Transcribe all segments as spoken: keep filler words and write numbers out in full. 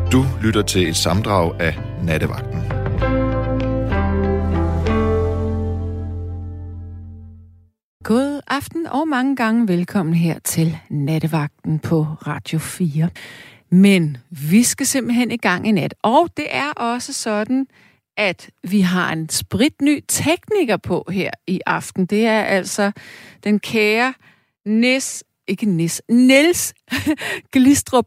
Du lytter til et sammendrag af Nattevagten. God aften og mange gange velkommen her til Nattevagten på Radio fire. Men vi skal simpelthen i gang i nat. Og det er også sådan, at vi har en spritny tekniker på her i aften. Det er altså den kære Nis, ikke Nis, Niels Glistrup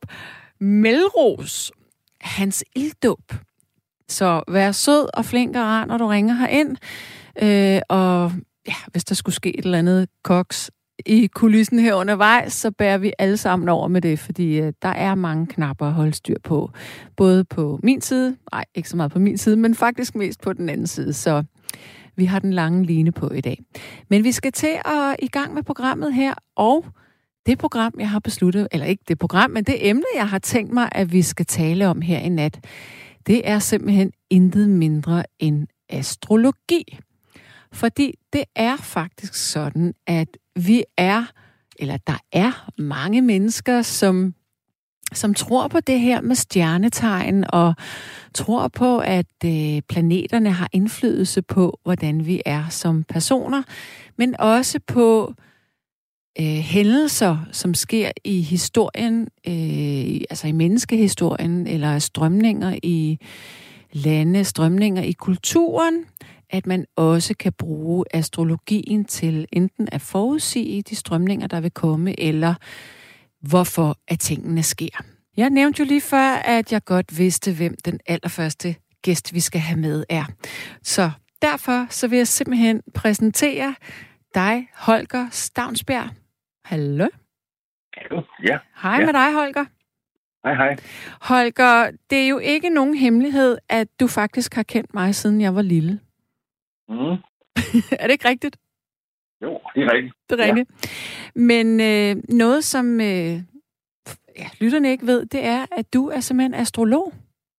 Melros. Hans ilddåb. Så vær sød og flink og rar, når du ringer herind. Øh, og ja, hvis der skulle ske et eller andet koks i kulissen her undervejs, så bærer vi alle sammen over med det, fordi øh, der er mange knapper at holde styr på. Både på min side, nej, ikke så meget på min side, men faktisk mest på den anden side, så vi har den lange line på i dag. Men vi skal til at i gang med programmet her, og det program, jeg har besluttet, eller ikke det program, men det emne, jeg har tænkt mig, at vi skal tale om her i nat, det er simpelthen intet mindre end astrologi. Fordi det er faktisk sådan, at vi er, eller der er mange mennesker, som, som tror på det her med stjernetegn, og tror på, at øh, planeterne har indflydelse på, hvordan vi er som personer, men også på øh, hændelser, som sker i historien, øh, altså i menneskehistorien, eller strømninger i lande, strømninger i kulturen, at man også kan bruge astrologien til enten at forudsige de strømninger, der vil komme, eller hvorfor at tingene sker. Jeg nævnte jo lige før, at jeg godt vidste, hvem den allerførste gæst, vi skal have med, er. Så derfor så vil jeg simpelthen præsentere dig, Holger Stavnsbjerg. Hallo? Hallo, ja. Hej ja. med dig, Holger. Hej, hej. Holger, det er jo ikke nogen hemmelighed, at du faktisk har kendt mig, siden jeg var lille. Mm. Er det ikke rigtigt? Jo, det er rigtigt. Det er rigtigt. Ja. Men øh, noget, som øh, ja, lytterne ikke ved, det er, at du er simpelthen astrolog.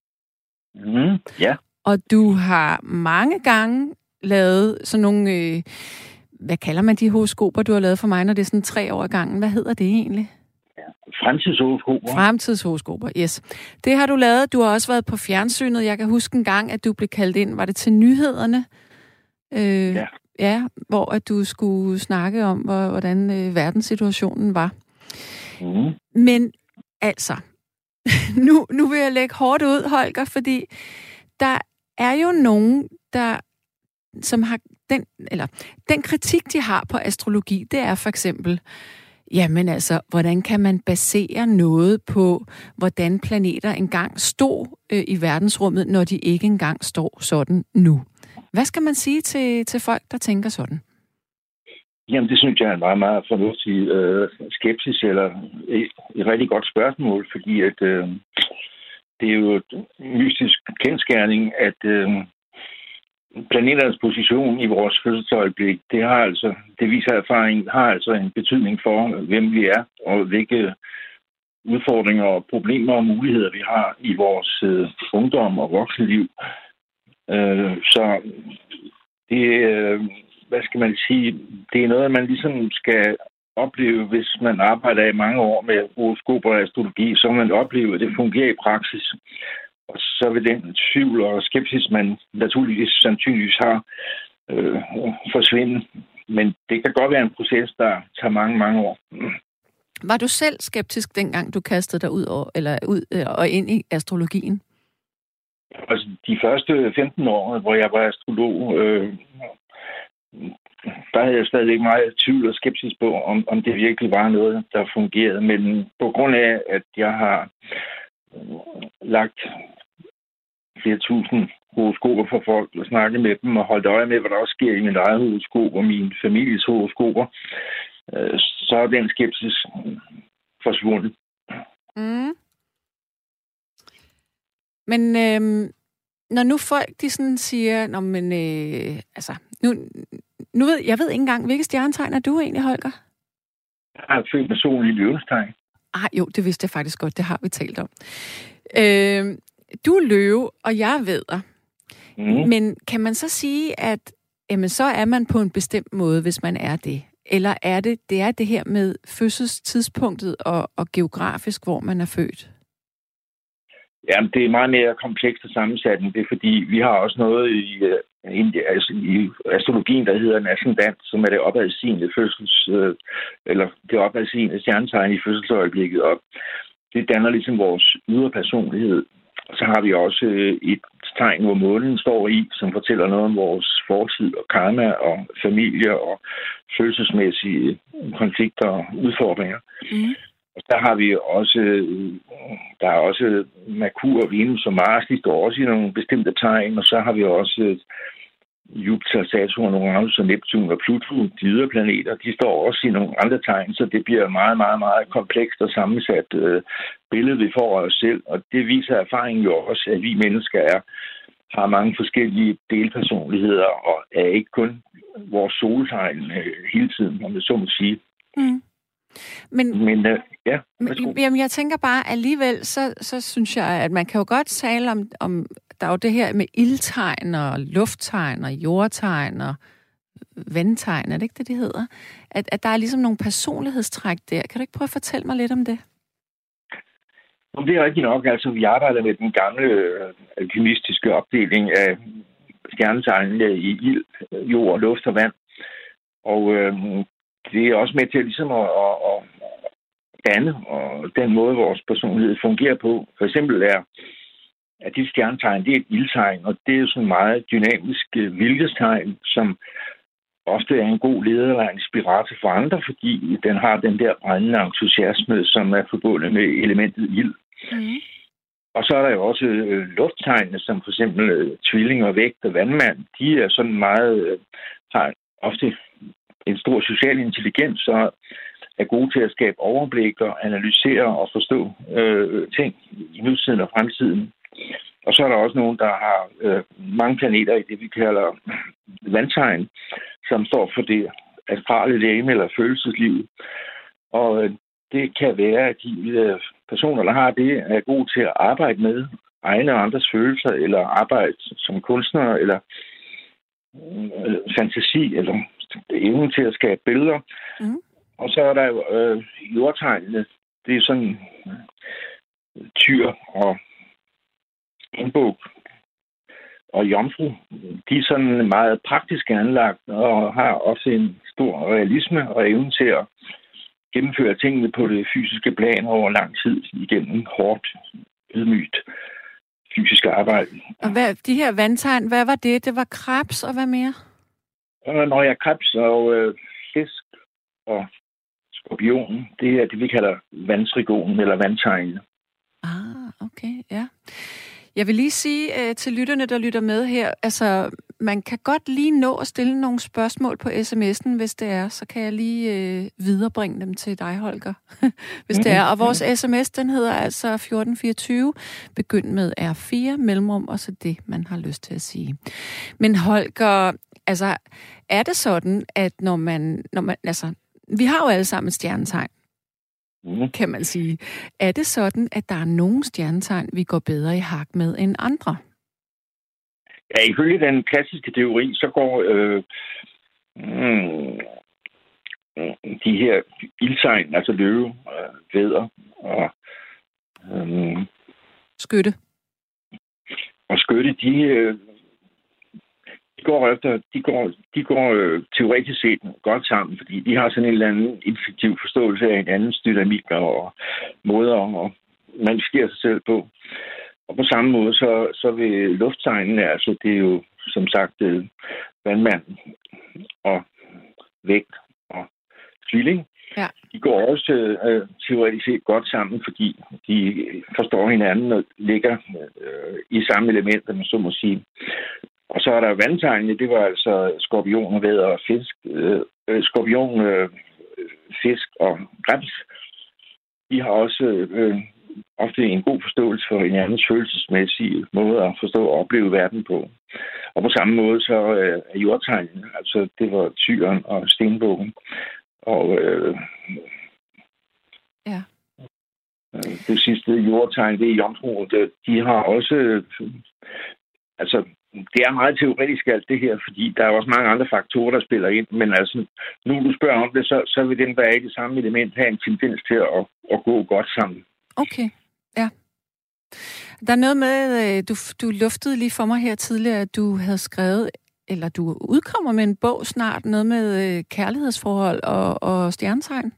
Mm. Ja. Og du har mange gange lavet sådan nogle, øh, hvad kalder man de horoskoper, du har lavet for mig, når det er sådan tre år ad gangen. Hvad hedder det egentlig? Fremtidshoroskoper. Fremtidshoroskoper, yes. Det har du lavet. Du har også været på fjernsynet. Jeg kan huske en gang, at du blev kaldt ind. Var det til nyhederne? Øh, ja. Ja, hvor at du skulle snakke om, hvordan øh, verdenssituationen var. Mm. Men altså, nu, nu vil jeg lægge hårdt ud, Holger, fordi der er jo nogen, der som har den, eller den kritik, de har på astrologi, det er for eksempel, jamen altså, hvordan kan man basere noget på, hvordan planeter engang stod øh, i verdensrummet, når de ikke engang står sådan nu? Hvad skal man sige til, til folk, der tænker sådan? Jamen, det synes jeg er en meget, meget fornuftig øh, skepsis, eller et, et rigtig godt spørgsmål, fordi at, øh, det er jo et mystisk kendsgerning, at øh, planeternes position i vores fødselsøjeblik, det har altså, det viser erfaring, har altså en betydning for, hvem vi er, og hvilke udfordringer og problemer og muligheder vi har i vores øh, ungdom og voksenliv. Øh, så det, øh, hvad skal man sige, det er noget, man ligesom skal opleve, hvis man arbejder i mange år med horoskoper og astrologi, så man oplever, at det fungerer i praksis. Og så vil den tvivl og skepsis, man naturligvis sandsynligvis har, øh, forsvinde. Men det kan godt være en proces, der tager mange, mange år. Var du selv skeptisk, dengang du kastede dig ud, over, eller ud og ind i astrologien? Altså, de første femten år, hvor jeg var astrolog, øh, der havde jeg stadigvæk meget tvivl og skepsis på, om, om det virkelig var noget, der fungerede. Men på grund af, at jeg har lagt flere tusind horoskoper for folk og snakket med dem og holdt øje med, hvad der også sker i min eget horoskop og min families horoskoper, øh, så er den skepsis forsvundet. Mm. Men øh, når nu folk de sådan siger, nå, men øh, altså, nu, nu ved jeg ved ikke engang, hvilke stjernetegn er du egentlig, Holger? Jeg er født med solen i løvens tegn. Ah, jo, det vidste jeg faktisk godt, det har vi talt om. Øh, du er løve, og jeg er vædder. Mm. Men kan man så sige, at jamen, så er man på en bestemt måde, hvis man er det? Eller er det det, er det her med fødselstidspunktet og, og geografisk, hvor man er født? Jamen, det er meget mere komplekst og sammensat. Det er fordi, vi har også noget i, i, altså i astrologien, der hedder en ascendant, som er det opadsigende fødsels, eller det opadsigende stjernetegn i fødselsøjeblikket op. Det danner ligesom vores ydre personlighed. Så har vi også et tegn, hvor månen står i, som fortæller noget om vores fortid og karma og familie og følelsesmæssige konflikter og udfordringer. Mm. Og der har vi også, der er også Merkur, Venus og Mars, de står også i nogle bestemte tegn, og så har vi også Jupiter, Saturn, Uranus og Neptun og Pluto, de ydre planeter, de står også i nogle andre tegn, så det bliver meget, meget, meget komplekst og sammensat øh, billede, vi får af os selv, og det viser erfaringen jo også, at vi mennesker er, har mange forskellige delpersonligheder, og er ikke kun vores soltegn øh, hele tiden, om det så må sige. Mm. Men, Men øh, ja, jamen, jeg tænker bare, alligevel, så, så synes jeg, at man kan jo godt tale om, om der er jo det her med ildtegn og lufttegn og jordtegn og vandtegn, er det ikke det, det hedder? At, at der er ligesom nogle personlighedstræk der. Kan du ikke prøve at fortælle mig lidt om det? Det er rigtigt nok. Altså, vi arbejder med den gamle alkymistiske opdeling af stjernetegnene i ild, jord, luft og vand. Og øh, det er også med til ligesom at, at, at danne og den måde, vores personlighed fungerer på. For eksempel er at dit stjernetegn, det er et ildtegn, og det er jo sådan meget dynamisk viljestegn, som ofte er en god leder eller en inspirator for andre, fordi den har den der brændende entusiasme, som er forbundet med elementet ild. Mm. Og så er der jo også øh, lufttegnene, som for eksempel øh, tvilling og vægt og vandmand. De er sådan meget, øh, har ofte en stor social intelligens, og er gode til at skabe overblik og analysere og forstå øh, ting i nutiden og fremtiden. Og så er der også nogen, der har øh, mange planeter i det, vi kalder vandtegn, som står for det astrale legeme eller følelsesliv. Og øh, det kan være, at de øh, personer, der har det, er gode til at arbejde med egne og andres følelser, eller arbejde som kunstnere, eller øh, fantasi, eller evnen til at skabe billeder. Mm. Og så er der jo øh, jordtegnene. Det er sådan øh, tyr og indbog og jomfru. De er sådan meget praktisk anlagt og har også en stor realisme og evne til at gennemføre tingene på det fysiske plan over lang tid igennem hårdt, ydmygt fysisk arbejde. Og hvad, de her vandtegn, hvad var det? Det var krebs og hvad mere? Og når jeg krebs og øh, fisk og skorpion, det er det, vi kalder vandtrigonen eller vandtegnene. Ah, okay, ja. Jeg vil lige sige uh, til lytterne, der lytter med her, altså, man kan godt lige nå at stille nogle spørgsmål på sms'en, hvis det er, så kan jeg lige uh, viderebringe dem til dig, Holger, hvis mm-hmm. det er. Og vores sms, den hedder altså fjorten fireogtyve, begynd med R fire, mellemrum, og så det, man har lyst til at sige. Men Holger, altså, er det sådan, at når man, når man altså, vi har jo alle sammen et stjernetegn, Mm. kan man sige. Er det sådan, at der er nogle stjernetegn, vi går bedre i hak med end andre? Ja, ifølge den klassiske teori, så går øh, mm, de her ildtegn, altså løve, øh, vædder og øh, skytte. Og skytte, de, øh, de går efter, de går, de går øh, teoretisk set godt sammen, fordi de har sådan en eller anden instinktiv forståelse af en andens dynamik og måder at manifestere sig selv på. Og på samme måde, så, så vil lufttegnene, altså det er jo som sagt øh, vandmand og vægt og tvilling. Ja. De går også øh, teoretisk set godt sammen, fordi de forstår hinanden og ligger øh, i samme elementer, man så må sige. Og så er der vandtegnene, det var altså skorpion, vædder og fisk. Øh, skorpion, øh, fisk og krebs. De har også øh, ofte en god forståelse for hinandens følelsesmæssige måde at forstå og opleve verden på. Og på samme måde så øh, er jordtegnene, altså det var tyren og stenbukken. Og øh, ja. det sidste jordtegn, det er jomfru. De har også... Øh, altså, det er meget teoretisk alt det her, fordi der er også mange andre faktorer, der spiller ind. Men altså, nu du spørger om det, så, så vil den, der er i det samme element, have en tendens til at, at gå godt sammen. Okay, ja. Der er noget med, du, du luftede lige for mig her tidligere, at du havde skrevet, eller du udkommer med en bog snart, noget med kærlighedsforhold og, og stjernetegn.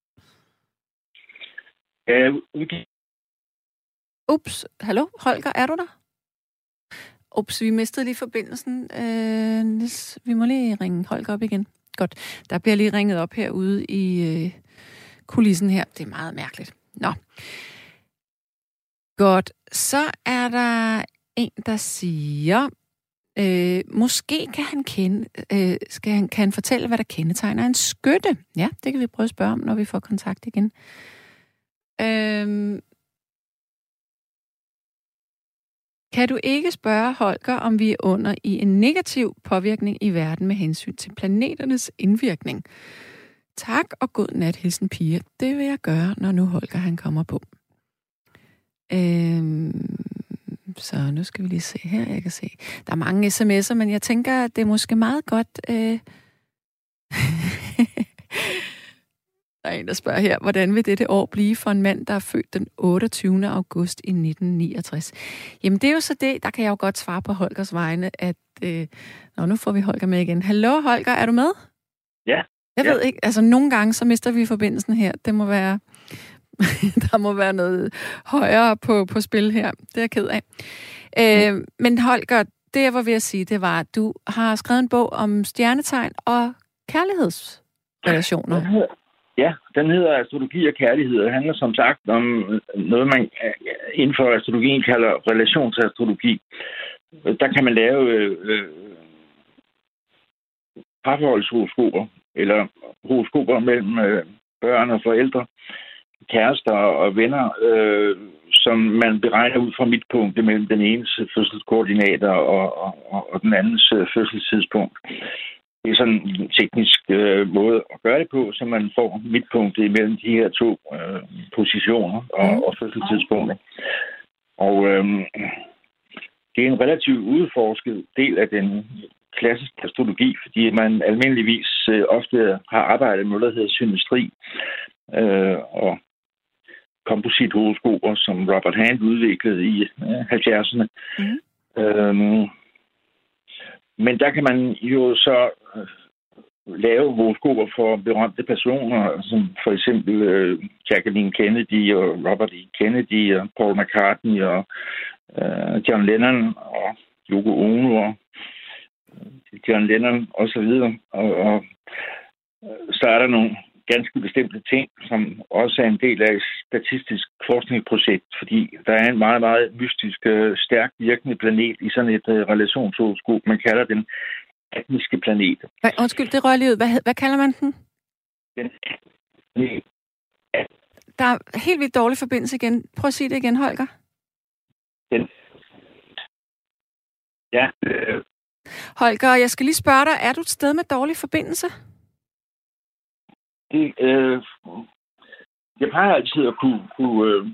Ja, udgiv. Ups, hallo, Holger, er du der? Ups, vi mistede lige forbindelsen. Øh, vi må lige ringe Holger op igen. Godt, der bliver lige ringet op herude i øh, kulissen her. Det er meget mærkeligt. Nå. Godt, så er der en, der siger, øh, måske kan han kende, øh, skal han, kan han fortælle, hvad der kendetegner en skytte? Ja, det kan vi prøve at spørge om, når vi får kontakt igen. Øh, Kan du ikke spørge, Holger, om vi er under i en negativ påvirkning i verden med hensyn til planeternes indvirkning? Tak og god nat, hilsen Pia. Det vil jeg gøre, når nu Holger han kommer på. Øhm, så nu skal vi lige se her. Jeg kan se, der er mange sms'er, men jeg tænker, at det er måske meget godt... Øh... Der er en, der spørger her, hvordan vil dette år blive for en mand, der er født den otteogtyvende august i nitten niogtres? Jamen, det er jo så det, der kan jeg jo godt svare på Holgers vegne, at... Øh... Nå, nu får vi Holger med igen. Hallo, Holger, er du med? Ja. Jeg ja. ved ikke, altså nogle gange, så mister vi forbindelsen her. Det må være... der må være noget højere på, på spil her. Det er jeg ked af. Øh, men Holger, det jeg var ved at sige, det var, at du har skrevet en bog om stjernetegn og kærlighedsrelationer. Ja, den hedder Astrologi og Kærlighed. Det handler som sagt om noget, man inden for astrologien kalder relationsastrologi. Der kan man lave øh, parforholdshoroskoper, eller horoskoper mellem øh, børn og forældre, kærester og venner, øh, som man beregner ud fra midtpunktet mellem den enes fødselskoordinater og, og, og den andens fødselstidspunkt. Det er sådan en teknisk øh, måde at gøre det på, så man får midtpunktet imellem de her to øh, positioner og, mm. og fødselstidspunkter. Og øh, det er en relativt udforsket del af den klassiske astrologi, fordi man almindeligvis øh, ofte har arbejdet med noget, der hedder synastri øh, og komposithoroskoper, som Robert Hand udviklede i øh, halvfjerdserne. Mm. Øh, Men der kan man jo så øh, lave horoskoper for berømte personer, som for eksempel øh, Jacqueline Kennedy og Robert E. Kennedy og Paul McCartney og øh, John Lennon og Yoko Ono og øh, John Lennon og så videre. Og, og så er der nogle ganske bestemte ting, som også er en del af et statistisk forskningsprojekt, fordi der er en meget, meget mystisk, stærkt virkende planet i sådan et uh, relationshoroskop. Man kalder den atmiske planet. Hva, undskyld, det rører lige ud. Hvad, hvad kalder man den? Den Der er helt vildt dårlig forbindelse igen. Prøv at sige det igen, Holger. Den Ja. Øh... Holger, jeg skal lige spørge dig, er du et sted med dårlig forbindelse? Det, øh, jeg plejer altid at kunne, kunne øh,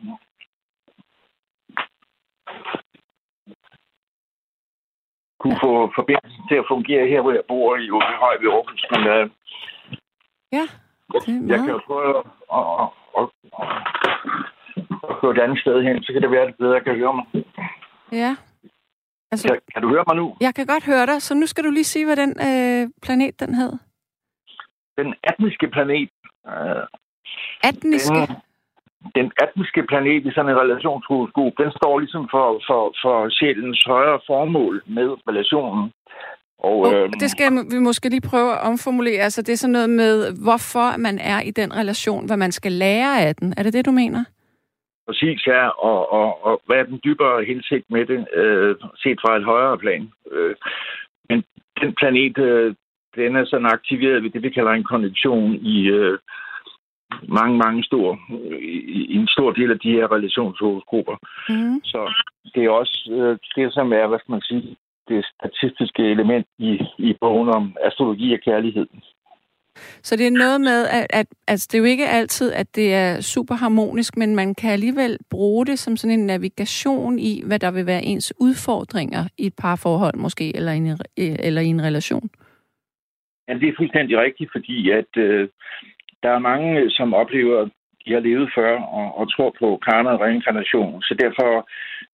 kunne få forbindelsen til at fungere her, hvor jeg bor i Åbyhøj ved Aarhus. Men øh, ja, det er meget. Jeg kan jo prøve at, at, at, at, at gå et andet sted hen, så kan det være, at det bedre kan høre mig. Ja. Altså, kan, kan du høre mig nu? Jeg kan godt høre dig, så nu skal du lige sige, hvad den øh, planet den hed. Den atmiske planet. Øh, atmiske? Den, den atmiske planet i sådan en relationshoroskop, den står ligesom for, for, for sjælens højere formål med relationen. Og, oh, øh, det skal vi måske lige prøve at omformulere. Altså, det er sådan noget med, hvorfor man er i den relation, hvad man skal lære af den. Er det det, du mener? Præcis, ja. Og, og, og hvad er den dybere hensigt med det, øh, set fra et højere plan? Øh, men den planet, øh, den er sådan aktiveret ved det, vi kalder en konjunktion i øh, mange, mange store, i, i en stor del af de her relationshoroskoper. Mm. Så det er også øh, det, som er, hvad skal man sige, det statistiske element i, i bogen om astrologi og kærlighed. Så det er noget med, at, at altså, det er jo ikke altid, at det er super harmonisk, men man kan alligevel bruge det som sådan en navigation i, hvad der vil være ens udfordringer i et parforhold måske, eller i en, eller i en relation. Ja, det er fuldstændig rigtigt, fordi at øh, der er mange, som oplever, at de har levet før og, og tror på karma og reinkarnation. Så derfor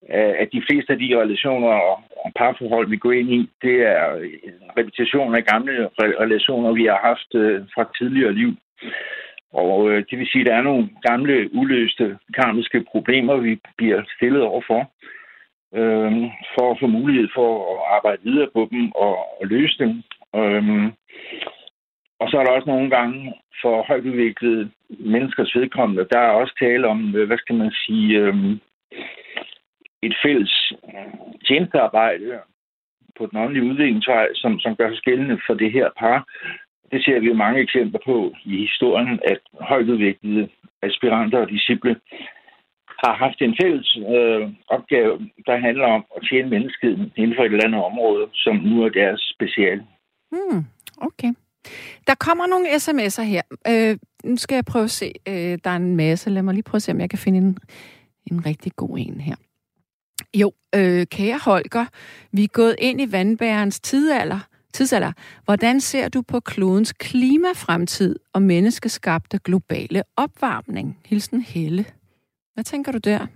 at de fleste af de relationer og parforhold, vi går ind i, det er en repetition af gamle relationer, vi har haft fra tidligere liv. Og det vil sige, at der er nogle gamle, uløste karmiske problemer, vi bliver stillet overfor, øh, for at få mulighed for at arbejde videre på dem og, og løse dem. Øh, og så er der også nogle gange for højtudviklede menneskers vedkommende, der er også tale om, hvad skal man sige, øh, et fælles tjenestearbejde på den åndelige udviklingsvej, som, som gør sig gældende for det her par. Det ser vi jo mange eksempler på i historien, at højtudviklede aspiranter og disciple har haft en fælles øh, opgave, der handler om at tjene menneskeheden inden for et eller andet område, som nu er deres speciale. Hmm, okay. Der kommer nogle sms'er her. Øh, nu skal jeg prøve at se. Øh, der er en masse. Lad mig lige prøve at se, om jeg kan finde en, en rigtig god en her. Jo, øh, kære Holger, vi er gået ind i vandbærens tidsalder. tidsalder. Hvordan ser du på klodens klimafremtid og menneskeskabte globale opvarmning? Hilsen Helle. Hvad tænker du der?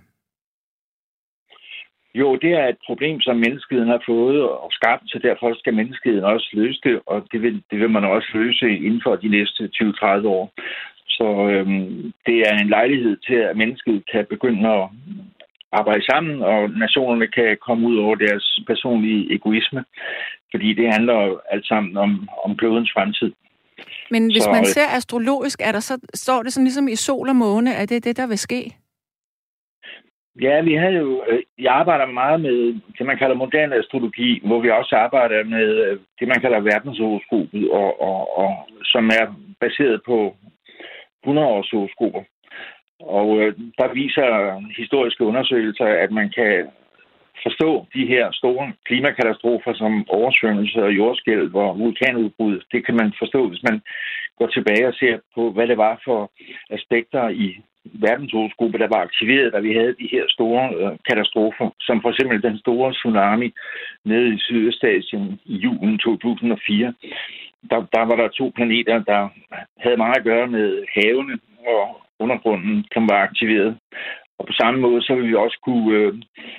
Jo, det er et problem, som menneskeheden har fået og skabt, så derfor skal menneskeheden også løse det, og det vil, det vil man også løse inden for de næste tyve til tredive år. Så øhm, det er en lejlighed til, at mennesket kan begynde at arbejde sammen, og nationerne kan komme ud over deres personlige egoisme, fordi det handler jo alt sammen om, om klodens fremtid. Men hvis så, man ser astrologisk, er der så, står det sådan ligesom i sol og måne, er det det, der vil ske? Ja, vi havde jo, jeg arbejder meget med det, man kalder moderne astrologi, hvor vi også arbejder med det, man kalder verdenshoroskopet, og, og, og, som er baseret på hundrede-års horoskoper. Og øh, der viser historiske undersøgelser, at man kan forstå de her store klimakatastrofer som oversvømmelser og jordskælv og vulkanudbrud. Det kan man forstå, hvis man går tilbage og ser på, hvad det var for aspekter i verdenshoroskopet, der var aktiveret, da vi havde de her store øh, katastrofer, som for eksempel den store tsunami nede i Sydøstasien i julen to tusind og fire. Der, der var der to planeter, der havde meget at gøre med havene og undergrunden, som var aktiveret. Og på samme måde, så vil vi også kunne øh,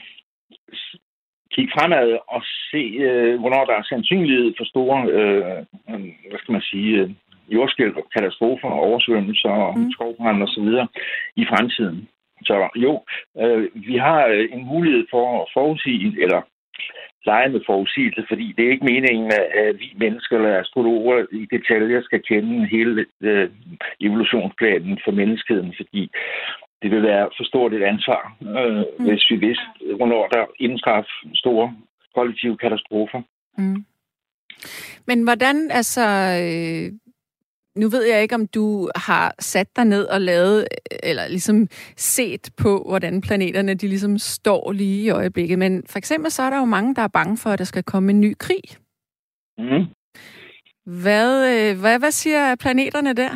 kigge fremad og se, øh, hvornår der er sandsynlighed for store, øh, hvad skal man sige, øh, jordskælv, katastrofer, oversvømmelser og mm. skovbrand og så videre i fremtiden. Så jo, øh, vi har en mulighed for at forudsige, eller lege med forudsigelse, fordi det er ikke meningen, at vi mennesker eller astrologer i detaljer skal kende hele øh, evolutionsplanen for menneskeheden, fordi det vil være for stort et ansvar, øh, mm. hvis vi vidste, hvornår der indtræf store kollektive katastrofer. Mm. Men hvordan, altså... Øh Nu ved jeg ikke, om du har sat dig ned og lavet, eller ligesom set på, hvordan planeterne de ligesom står lige i øjeblikket. Men for eksempel så er der jo mange, der er bange for, at der skal komme en ny krig. Mm. Hvad, hvad, hvad siger planeterne der?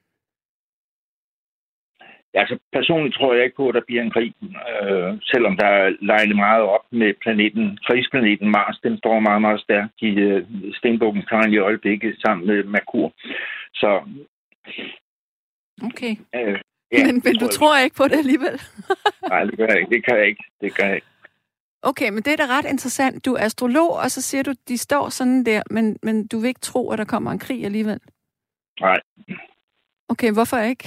Ja, altså personligt tror jeg ikke på, at der bliver en krig. Øh, selvom der er lejlet meget op med planeten, krigsplaneten Mars, den står meget, meget stærkt i øh, stenbukkens tegn i øjeblikket sammen med Merkur. Så... Okay. Øh, ja, men men du jeg... tror ikke på det alligevel? Nej, det gør jeg ikke. Det kan jeg ikke. Det gør jeg ikke. Okay, men det er da ret interessant. Du er astrolog, og så siger du, at de står sådan der, men, men du vil ikke tro, at der kommer en krig alligevel? Nej. Okay, hvorfor ikke?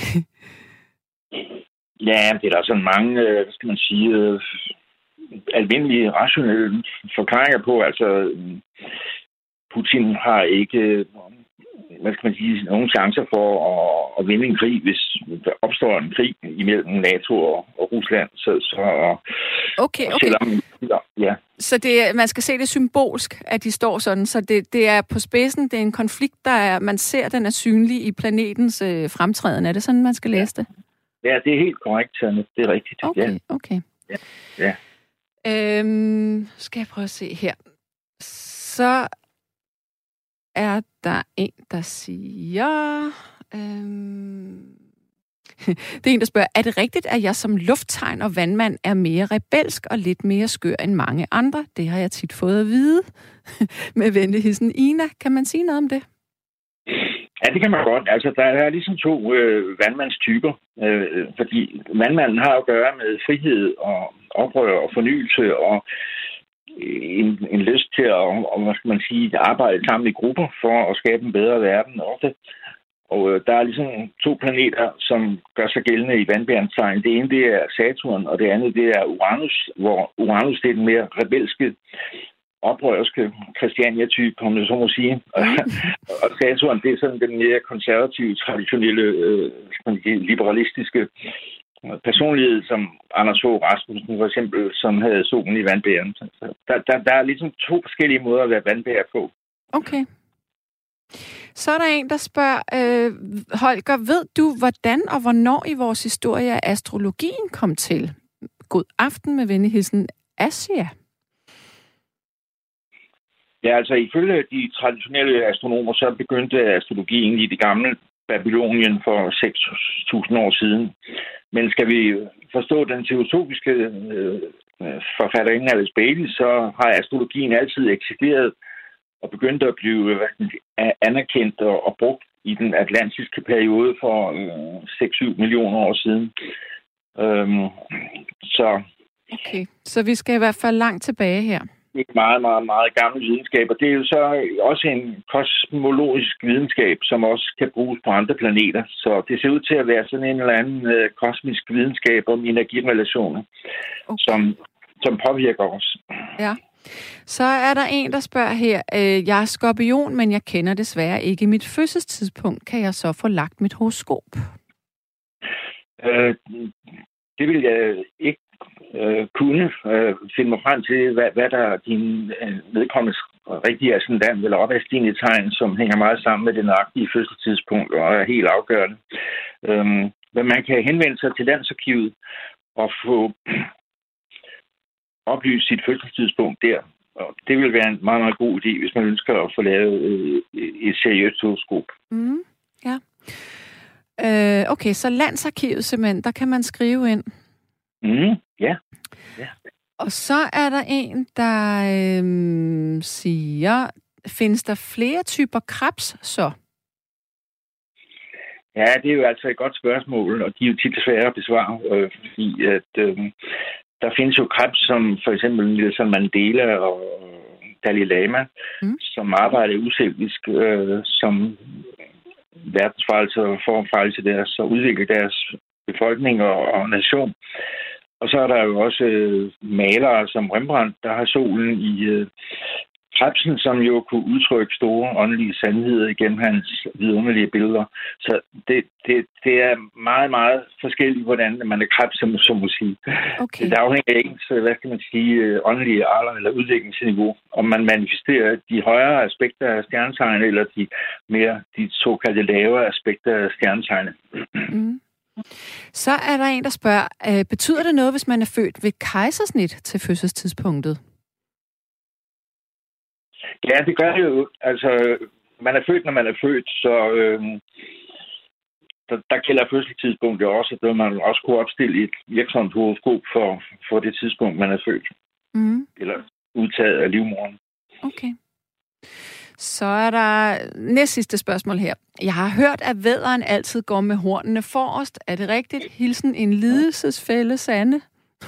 Ja, det er der sådan mange, hvad skal man sige, almindelige, rationelle forklaringer på. Altså, Putin har ikke, hvad skal man sige, nogen chancer for at, at vinde en krig, hvis der opstår en krig imellem NATO og, og Rusland. Så, så, okay, okay. Selvom, ja. Så det, man skal se det symbolsk, at de står sådan, så det, det er på spidsen, det er en konflikt, der er, man ser, den er synlig i planetens øh, fremtræden. Er det sådan, man skal læse det? Ja, det er helt korrekt, Sanne. Det er rigtigt. Okay, ja. okay. Ja. ja. Øhm, skal jeg prøve at se her. Så er der en, der siger... Øhm, det er en, der spørger, er det rigtigt, at jeg som lufttegn og vandmand er mere rebelsk og lidt mere skør end mange andre? Det har jeg tit fået at vide. Med venlig hilsen Ina. Kan man sige noget om det? Ja, det kan man godt. Altså, der er ligesom to øh, vandmandstyper, øh, fordi vandmanden har at gøre med frihed og oprør og fornyelse og en, en lyst til at, og, hvad skal man sige, arbejde sammen i grupper for at skabe en bedre verden også. Og øh, der er ligesom to planeter, som gør sig gældende i vandbærens tegn. Det ene, det er Saturn, og det andet, det er Uranus, hvor Uranus det er den mere rebelske, oprørske Christiania-type, om det så må sige. Og Saturn, det er sådan den mere konservative, traditionelle, øh, liberalistiske personlighed, som Anders Fogh Rasmussen for eksempel, som havde solen i vandbæren. Der, der, der er ligesom to forskellige måder at være vandbærer på. Okay. Så er der en, der spørger, øh, Holger, ved du, hvordan og hvornår i vores historie astrologien kom til? God aften med venligheden, Asia. Ja, altså ifølge de traditionelle astronomer, så begyndte astrologien i det gamle Babylonien for seks tusind år siden. Men skal vi forstå den teosofiske øh, forfatterinde Alice Bailey, så har astrologien altid eksisteret og begyndte at blive hvad, anerkendt og, og brugt i den atlantiske periode for øh, seks til syv millioner år siden. Øhm, så, okay, så vi skal i hvert fald langt tilbage her. Det er meget, meget, meget gammel videnskab, og det er jo så også en kosmologisk videnskab, som også kan bruges på andre planeter. Så det ser ud til at være sådan en eller anden øh, kosmisk videnskab om energirelationer, okay. som, som påvirker os. Ja. Så er der en, der spørger her, øh, jeg er skorpion, men jeg kender desværre ikke mit fødselstidspunkt. Kan jeg så få lagt mit horoskop? Øh, det vil jeg ikke øh, kunne øh, finde mig frem til, hvad, hvad der er din øh, vedkommendes rigtige ascendant eller opastigende tegn, som hænger meget sammen med det nøjagtige fødselstidspunkt og er helt afgørende. Øh, men man kan henvende sig til Landsarkivet og få oplyse sit fødselstidspunkt der. Og det vil være en meget, meget god idé, hvis man ønsker at få lavet øh, et seriøst horoskop. Mm, ja. Øh, okay, så Landsarkivet simpelthen, der kan man skrive ind. Mm, ja. ja. Og så er der en, der øh, siger, findes der flere typer krebs så? Ja, det er jo altså et godt spørgsmål, og de er jo tit svære at besvare, øh, fordi at øh, der findes jo krebs, som for eksempel Nelson Mandela og Dalai Lama, mm. som arbejder uselvisk øh, som verdensfrelser og formfrelse deres og udvikle deres befolkning og, og nation. Og så er der jo også øh, malere som Rembrandt, der har solen i øh, krebsen, som jo kunne udtrykke store åndelige sandheder igennem hans vidunderlige billeder. Så det, det, det er meget, meget forskelligt, hvordan man er krebs, som, som må sige. Okay. Det afhænger af ens, hvad skal man sige, åndelige alder eller udviklingsniveau. Om man manifesterer de højere aspekter af stjernetegnet, eller de mere de såkaldte lavere aspekter af stjernetegnet. Mm. Så er der en, der spørger, øh, betyder det noget, hvis man er født ved kejsersnit til fødselstidspunktet? Ja, det gør det jo. Altså, man er født, når man er født, så øh, der, der gælder fødselstidspunktet også, at man også kunne opstille et virksomt horoskop for, for det tidspunkt, man er født. Mm. Eller udtaget af livmoderen. Okay. Så er der næst sidste spørgsmål her. Jeg har hørt, at vædderen altid går med hornene forrest. Er det rigtigt? Hilsen en lidelsesfælde, Sande.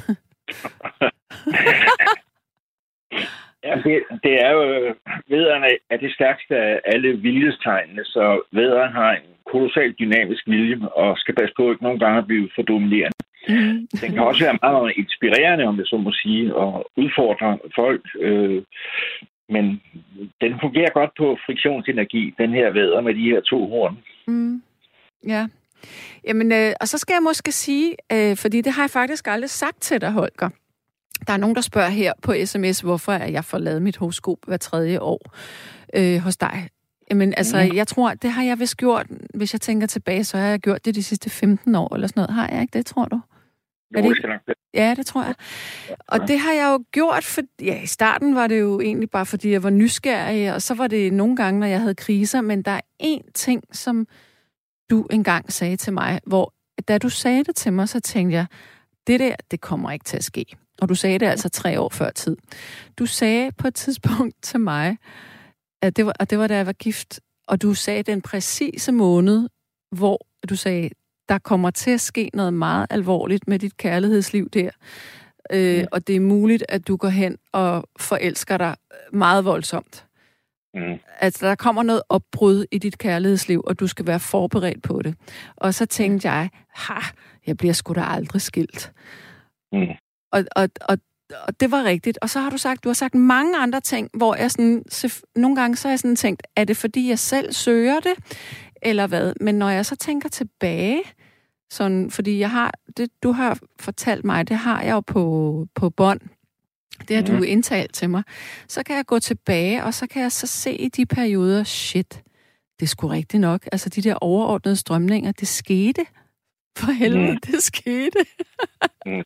Ja, det, det er jo, vædderne er det stærkeste af alle viljestegnene, så vædderen har en kolossalt dynamisk vilje, og skal passe på ikke nogle gange at blive for dominerende. Mm. Den kan også være meget inspirerende, om det så må sige, og udfordre folk, øh, men den fungerer godt på friktionsenergi, den her vædder med de her to horn. Mm. Ja. Jamen, øh, og så skal jeg måske sige, øh, fordi det har jeg faktisk aldrig sagt til dig, Holger. Der er nogen, der spørger her på sms, hvorfor jeg får lavet mit horoskop hver tredje år øh, hos dig. Jamen, altså, mm. jeg tror, det har jeg vist gjort, hvis jeg tænker tilbage, så har jeg gjort det de sidste femten år, eller sådan noget. Har jeg ikke det, tror du? Jo, det skal nok det. Ja, det tror jeg. Og det har jeg jo gjort, for ja, i starten var det jo egentlig bare, fordi jeg var nysgerrig, og så var det nogle gange, når jeg havde kriser, men der er én ting, som du engang sagde til mig, hvor da du sagde det til mig, så tænkte jeg, det der, det kommer ikke til at ske. Og du sagde det altså tre år før tid. Du sagde på et tidspunkt til mig, at det var, og det var da jeg var gift, og du sagde den præcise måned, hvor du sagde, der kommer til at ske noget meget alvorligt med dit kærlighedsliv der. Øh, mm. Og det er muligt, at du går hen og forelsker dig meget voldsomt. Mm. Altså, der kommer noget opbrud i dit kærlighedsliv, og du skal være forberedt på det. Og så tænkte jeg, ha, jeg bliver sgu da aldrig skilt. Mm. Og, og, og, og det var rigtigt. Og så har du sagt, du har sagt mange andre ting, hvor jeg sådan, nogle gange så har jeg sådan tænkt, er det fordi jeg selv søger det, eller hvad? Men når jeg så tænker tilbage, sådan, fordi jeg har, det du har fortalt mig, det har jeg jo på, på bånd. Det har mm. du indtalt til mig. Så kan jeg gå tilbage, og så kan jeg så se i de perioder, shit, det er sgu rigtigt nok. Altså de der overordnede strømninger, det skete. For helvede, mm. det skete. mm.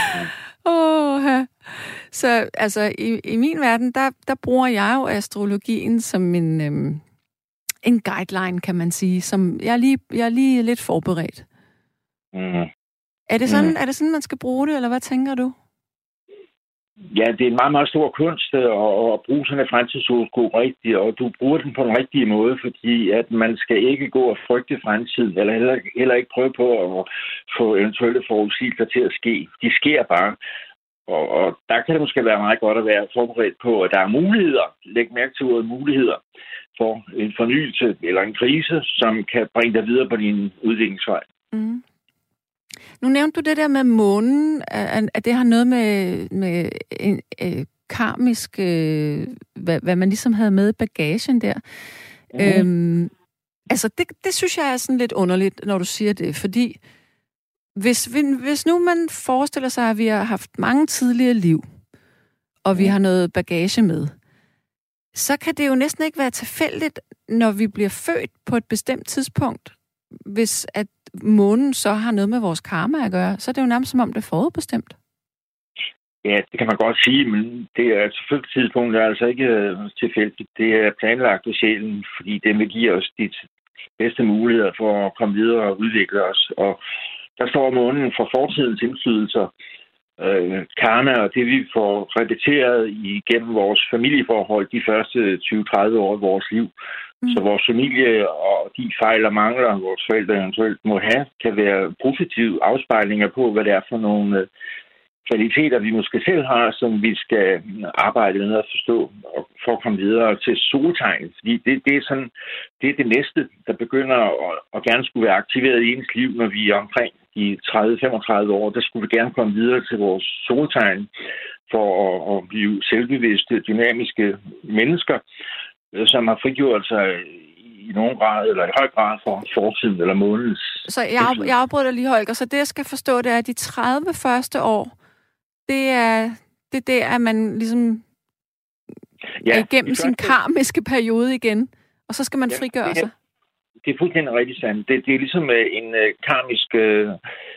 Åh, ja. Så altså, i, i min verden, der, der bruger jeg jo astrologien som en, øhm, en guideline, kan man sige, som jeg er lige, jeg er lige lidt forberedt. Mm. Er det sådan, mm. er det sådan, man skal bruge det, eller hvad tænker du? Ja, det er en meget, meget stor kunst at, at bruge sådan en fremtidshoroskop rigtigt, og du bruger den på den rigtige måde, fordi at man skal ikke gå og frygte fremtiden, eller heller, heller ikke prøve på at få eventuelle forudsigelser til at ske. De sker bare, og, og der kan det måske være meget godt at være forberedt på, at der er muligheder. Læg mærke til ordet muligheder for en fornyelse eller en krise, som kan bringe dig videre på din udviklingsvej. Mm. Nu nævnte du det der med månen, at det har noget med, med en øh, karmisk, øh, hvad, hvad man ligesom havde med i bagagen der. Mm. Øhm, altså, det, det synes jeg er sådan lidt underligt, når du siger det, fordi hvis, hvis nu man forestiller sig, at vi har haft mange tidligere liv, og mm. vi har noget bagage med, så kan det jo næsten ikke være tilfældigt, når vi bliver født på et bestemt tidspunkt, hvis at månen så har noget med vores karma at gøre, så er det jo nærmest som om det er forudbestemt. Ja, det kan man godt sige, men det er selvfølgelig tidspunkt, der er altså ikke tilfældigt. Det er planlagt af sjælen, fordi det vil give os de bedste muligheder for at komme videre og udvikle os. Og der står månen for fortidens indflydelser, øh, karma og det, vi får repeteret igennem vores familieforhold de første tyve til tredive år af vores liv. Mm. Så vores familie og de fejl og mangler, vores forældre eventuelt må have, kan være positive afspejlinger på, hvad det er for nogle kvaliteter, vi måske selv har, som vi skal arbejde med at forstå og for at komme videre til soltegn. Fordi det, det er sådan, det er det næste, der begynder at, at gerne skulle være aktiveret i ens liv, når vi er omkring de tredive til femogtredive år. Der skulle vi gerne komme videre til vores soltegn for at, at blive selvbevidste, dynamiske mennesker, som har frigjort sig i nogen grad, eller i høj grad for fortiden eller månedens. Så jeg, af, jeg afbryder dig lige, Holger. Så det, jeg skal forstå, det er, at de tredive første år, det er det er der, at man ligesom ja, er igennem sin karmiske periode igen, og så skal man ja, frigøre det er, sig. Det er fuldstændig rigtig sandt. Det, det er ligesom en uh, karmisk uh,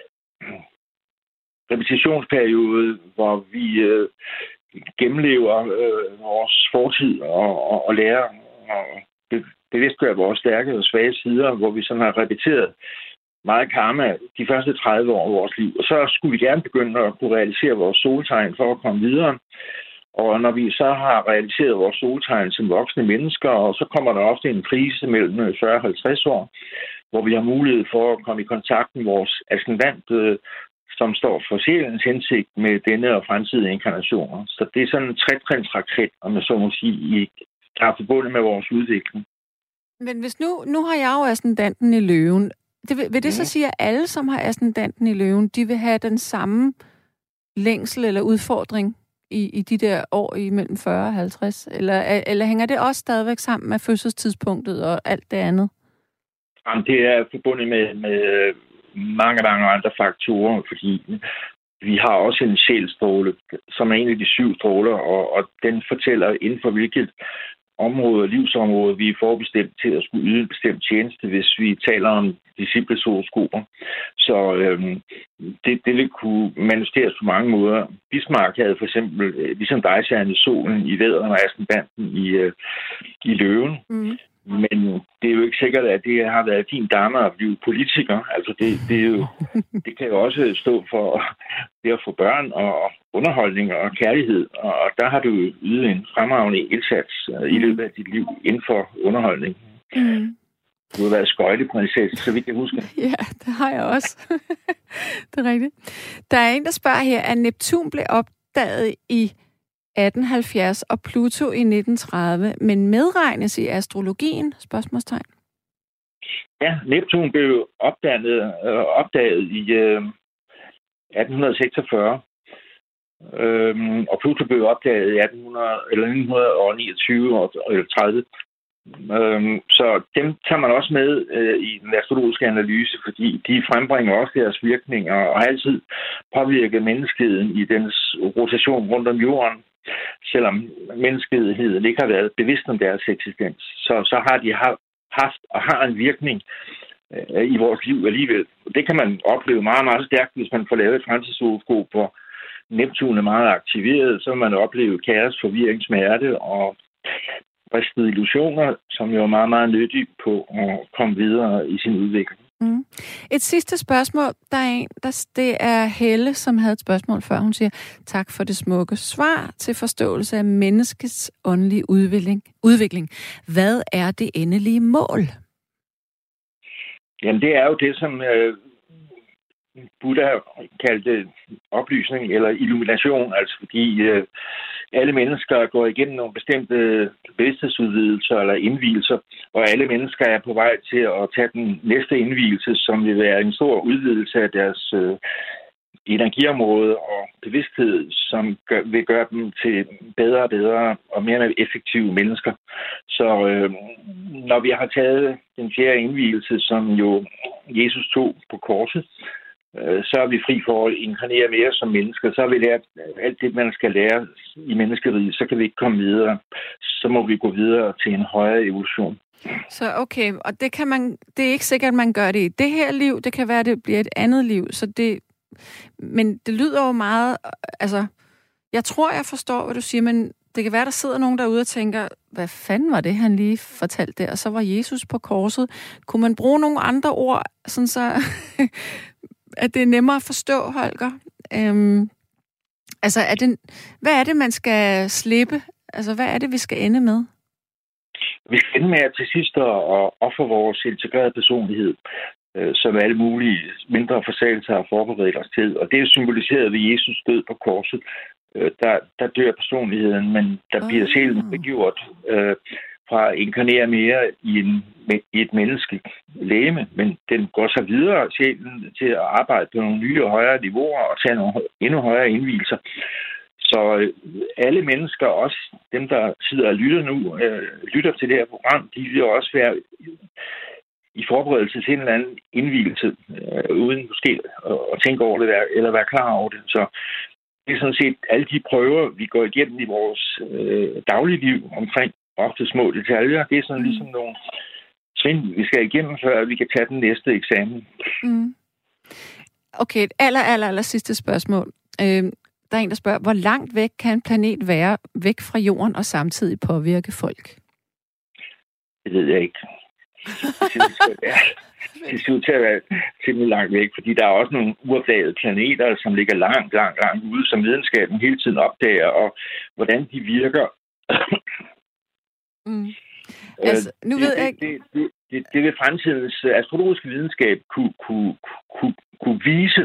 repetitionsperiode, hvor vi uh, gennemlever uh, vores fortid og, og, og lærer og bevidstgør vores stærke og svage sider, hvor vi sådan har repeteret meget karma de første tredive år af vores liv. Og så skulle vi gerne begynde at kunne realisere vores soltegn for at komme videre. Og når vi så har realiseret vores soltegn som voksne mennesker, og så kommer der ofte en krise mellem fyrre og halvtreds år, hvor vi har mulighed for at komme i kontakt med vores ascendant, som står for sjælens hensigt med denne og fremtidige inkarnationer. Så det er sådan en tretrinsraket, om jeg så må sige, der er forbundet med vores udvikling. Men hvis nu, nu har jeg jo ascendanten i løven. Det, vil, vil det så sige, at alle, som har ascendanten i løven, de vil have den samme længsel eller udfordring i, i de der år imellem fyrre og halvtreds? Eller, eller hænger det også stadigvæk sammen med fødselstidspunktet og alt det andet? Jamen, det er forbundet med, med mange, mange andre faktorer, fordi vi har også en sjælstråle, som er en af de syv stråler, og, og den fortæller inden for hvilket område, livsområde, vi er forbestemt til at skulle yde en bestemt tjeneste, hvis vi taler om disciples horoskoper. Så øhm, det, det vil kunne manifesteres på mange måder. Bismarck havde for eksempel, ligesom dig, i solen i vædderen og ascendanten i, øh, i løven. Mm. Men det er jo ikke sikkert, at det har været din dame at blive politiker. Altså det, det, er jo, det kan jo også stå for det at få børn og underholdning og kærlighed. Og der har du ydet en fremragende indsats i løbet af dit liv inden for underholdning. Mm. Du har været skøjteprinsesse, så vidt jeg husker. Ja, det har jeg også. Det er rigtigt. Der er en, der spørger her, at Neptun blev opdaget i atten halvfjerds og Pluto i nitten tredive, men medregnes i astrologien? Spørgsmålstegn. Ja, Neptun blev opdaget, øh, opdaget i øh, atten seksogfyrre, øhm, og Pluto blev opdaget i atten hundrede, eller nitten niogtyve eller tredive. Øhm, så dem tager man også med øh, i den astrologiske analyse, fordi de frembringer også deres virkninger og har altid påvirket menneskeheden i dens rotation rundt om jorden, selvom menneskeheden ikke har været bevidst om deres eksistens. Så, så har de haft og har en virkning øh, i vores liv alligevel. Det kan man opleve meget, meget stærkt, hvis man får lavet et fremtidshoroskop, hvor Neptun er meget aktiveret, så vil man opleve kaos, forvirring, smerte og bristede illusioner, som jo er meget, meget nyttige på at komme videre i sin udvikling. Mm. Et sidste spørgsmål. Der er en, der, det er Helle, som havde et spørgsmål før. Hun siger, tak for det smukke svar til forståelse af menneskets åndelige udvikling. udvikling. Hvad er det endelige mål? Jamen, det er jo det, som øh, Buddha kaldte oplysning eller illumination, altså fordi øh, alle mennesker går igennem nogle bestemte bevidsthedsudvidelser eller indvielser, og alle mennesker er på vej til at tage den næste indvielse, som vil være en stor udvidelse af deres øh, energiområde og bevidsthed, som gør, vil gøre dem til bedre og bedre og mere effektive mennesker. Så øh, når vi har taget den fjerde indvielse, som jo Jesus tog på korset, så er vi fri for at inkarnere mere som mennesker. Så har vi lært alt det, man skal lære i menneskeriget. Så kan vi ikke komme videre. Så må vi gå videre til en højere evolution. Så okay, og det kan man, det er ikke sikkert, at man gør det i det her liv. Det kan være, at det bliver et andet liv. Så det, men det lyder jo meget, altså, jeg tror, jeg forstår, hvad du siger, men det kan være, der sidder nogen derude og tænker, hvad fanden var det, han lige fortalte der? Og så var Jesus på korset. Kunne man bruge nogle andre ord, sådan så at det er nemmere at forstå, Holger? Øhm, altså, er det, hvad er det, man skal slippe? Altså, hvad er det, vi skal ende med? Vi skal ende med at til sidst at ofre vores integrerede personlighed, øh, som alle mulige mindre forsagelser har forberedt os til. Og det er symboliseret ved Jesus død på korset. Øh, der, der dør personligheden, men der bliver oh. sjælen begjort øh, fra at inkarnere mere i, en, i et menneskeligt legeme, men den går så videre sjælen til at arbejde på nogle nye og højere niveauer og tage nogle endnu højere indvielser. Så øh, alle mennesker, også dem, der sidder og lytter nu, øh, lytter til det her program, de vil også være i forberedelse til en eller anden indvielse, øh, uden måske at, at tænke over det eller være klar over det. Så det er sådan set alle de prøver, vi går igennem i vores øh, dagligliv omkring ofte små detaljer. Det er sådan ligesom nogle trin, vi skal igennem, før vi kan tage den næste eksamen. Mm. Okay, et aller, aller, aller sidste spørgsmål. Øh, der er en, der spørger, hvor langt væk kan en planet være væk fra jorden og samtidig påvirke folk? Det ved jeg ikke. Det ser ud til at være simpelthen langt væk, fordi der er også nogle uopdagede planeter, som ligger langt, langt, langt ude, som videnskaben hele tiden opdager, og hvordan de virker. Mm. Altså, nu det, ved jeg ikke... Det, det, det, det vil fremtidens astrologiske videnskab kunne, kunne, kunne, kunne vise.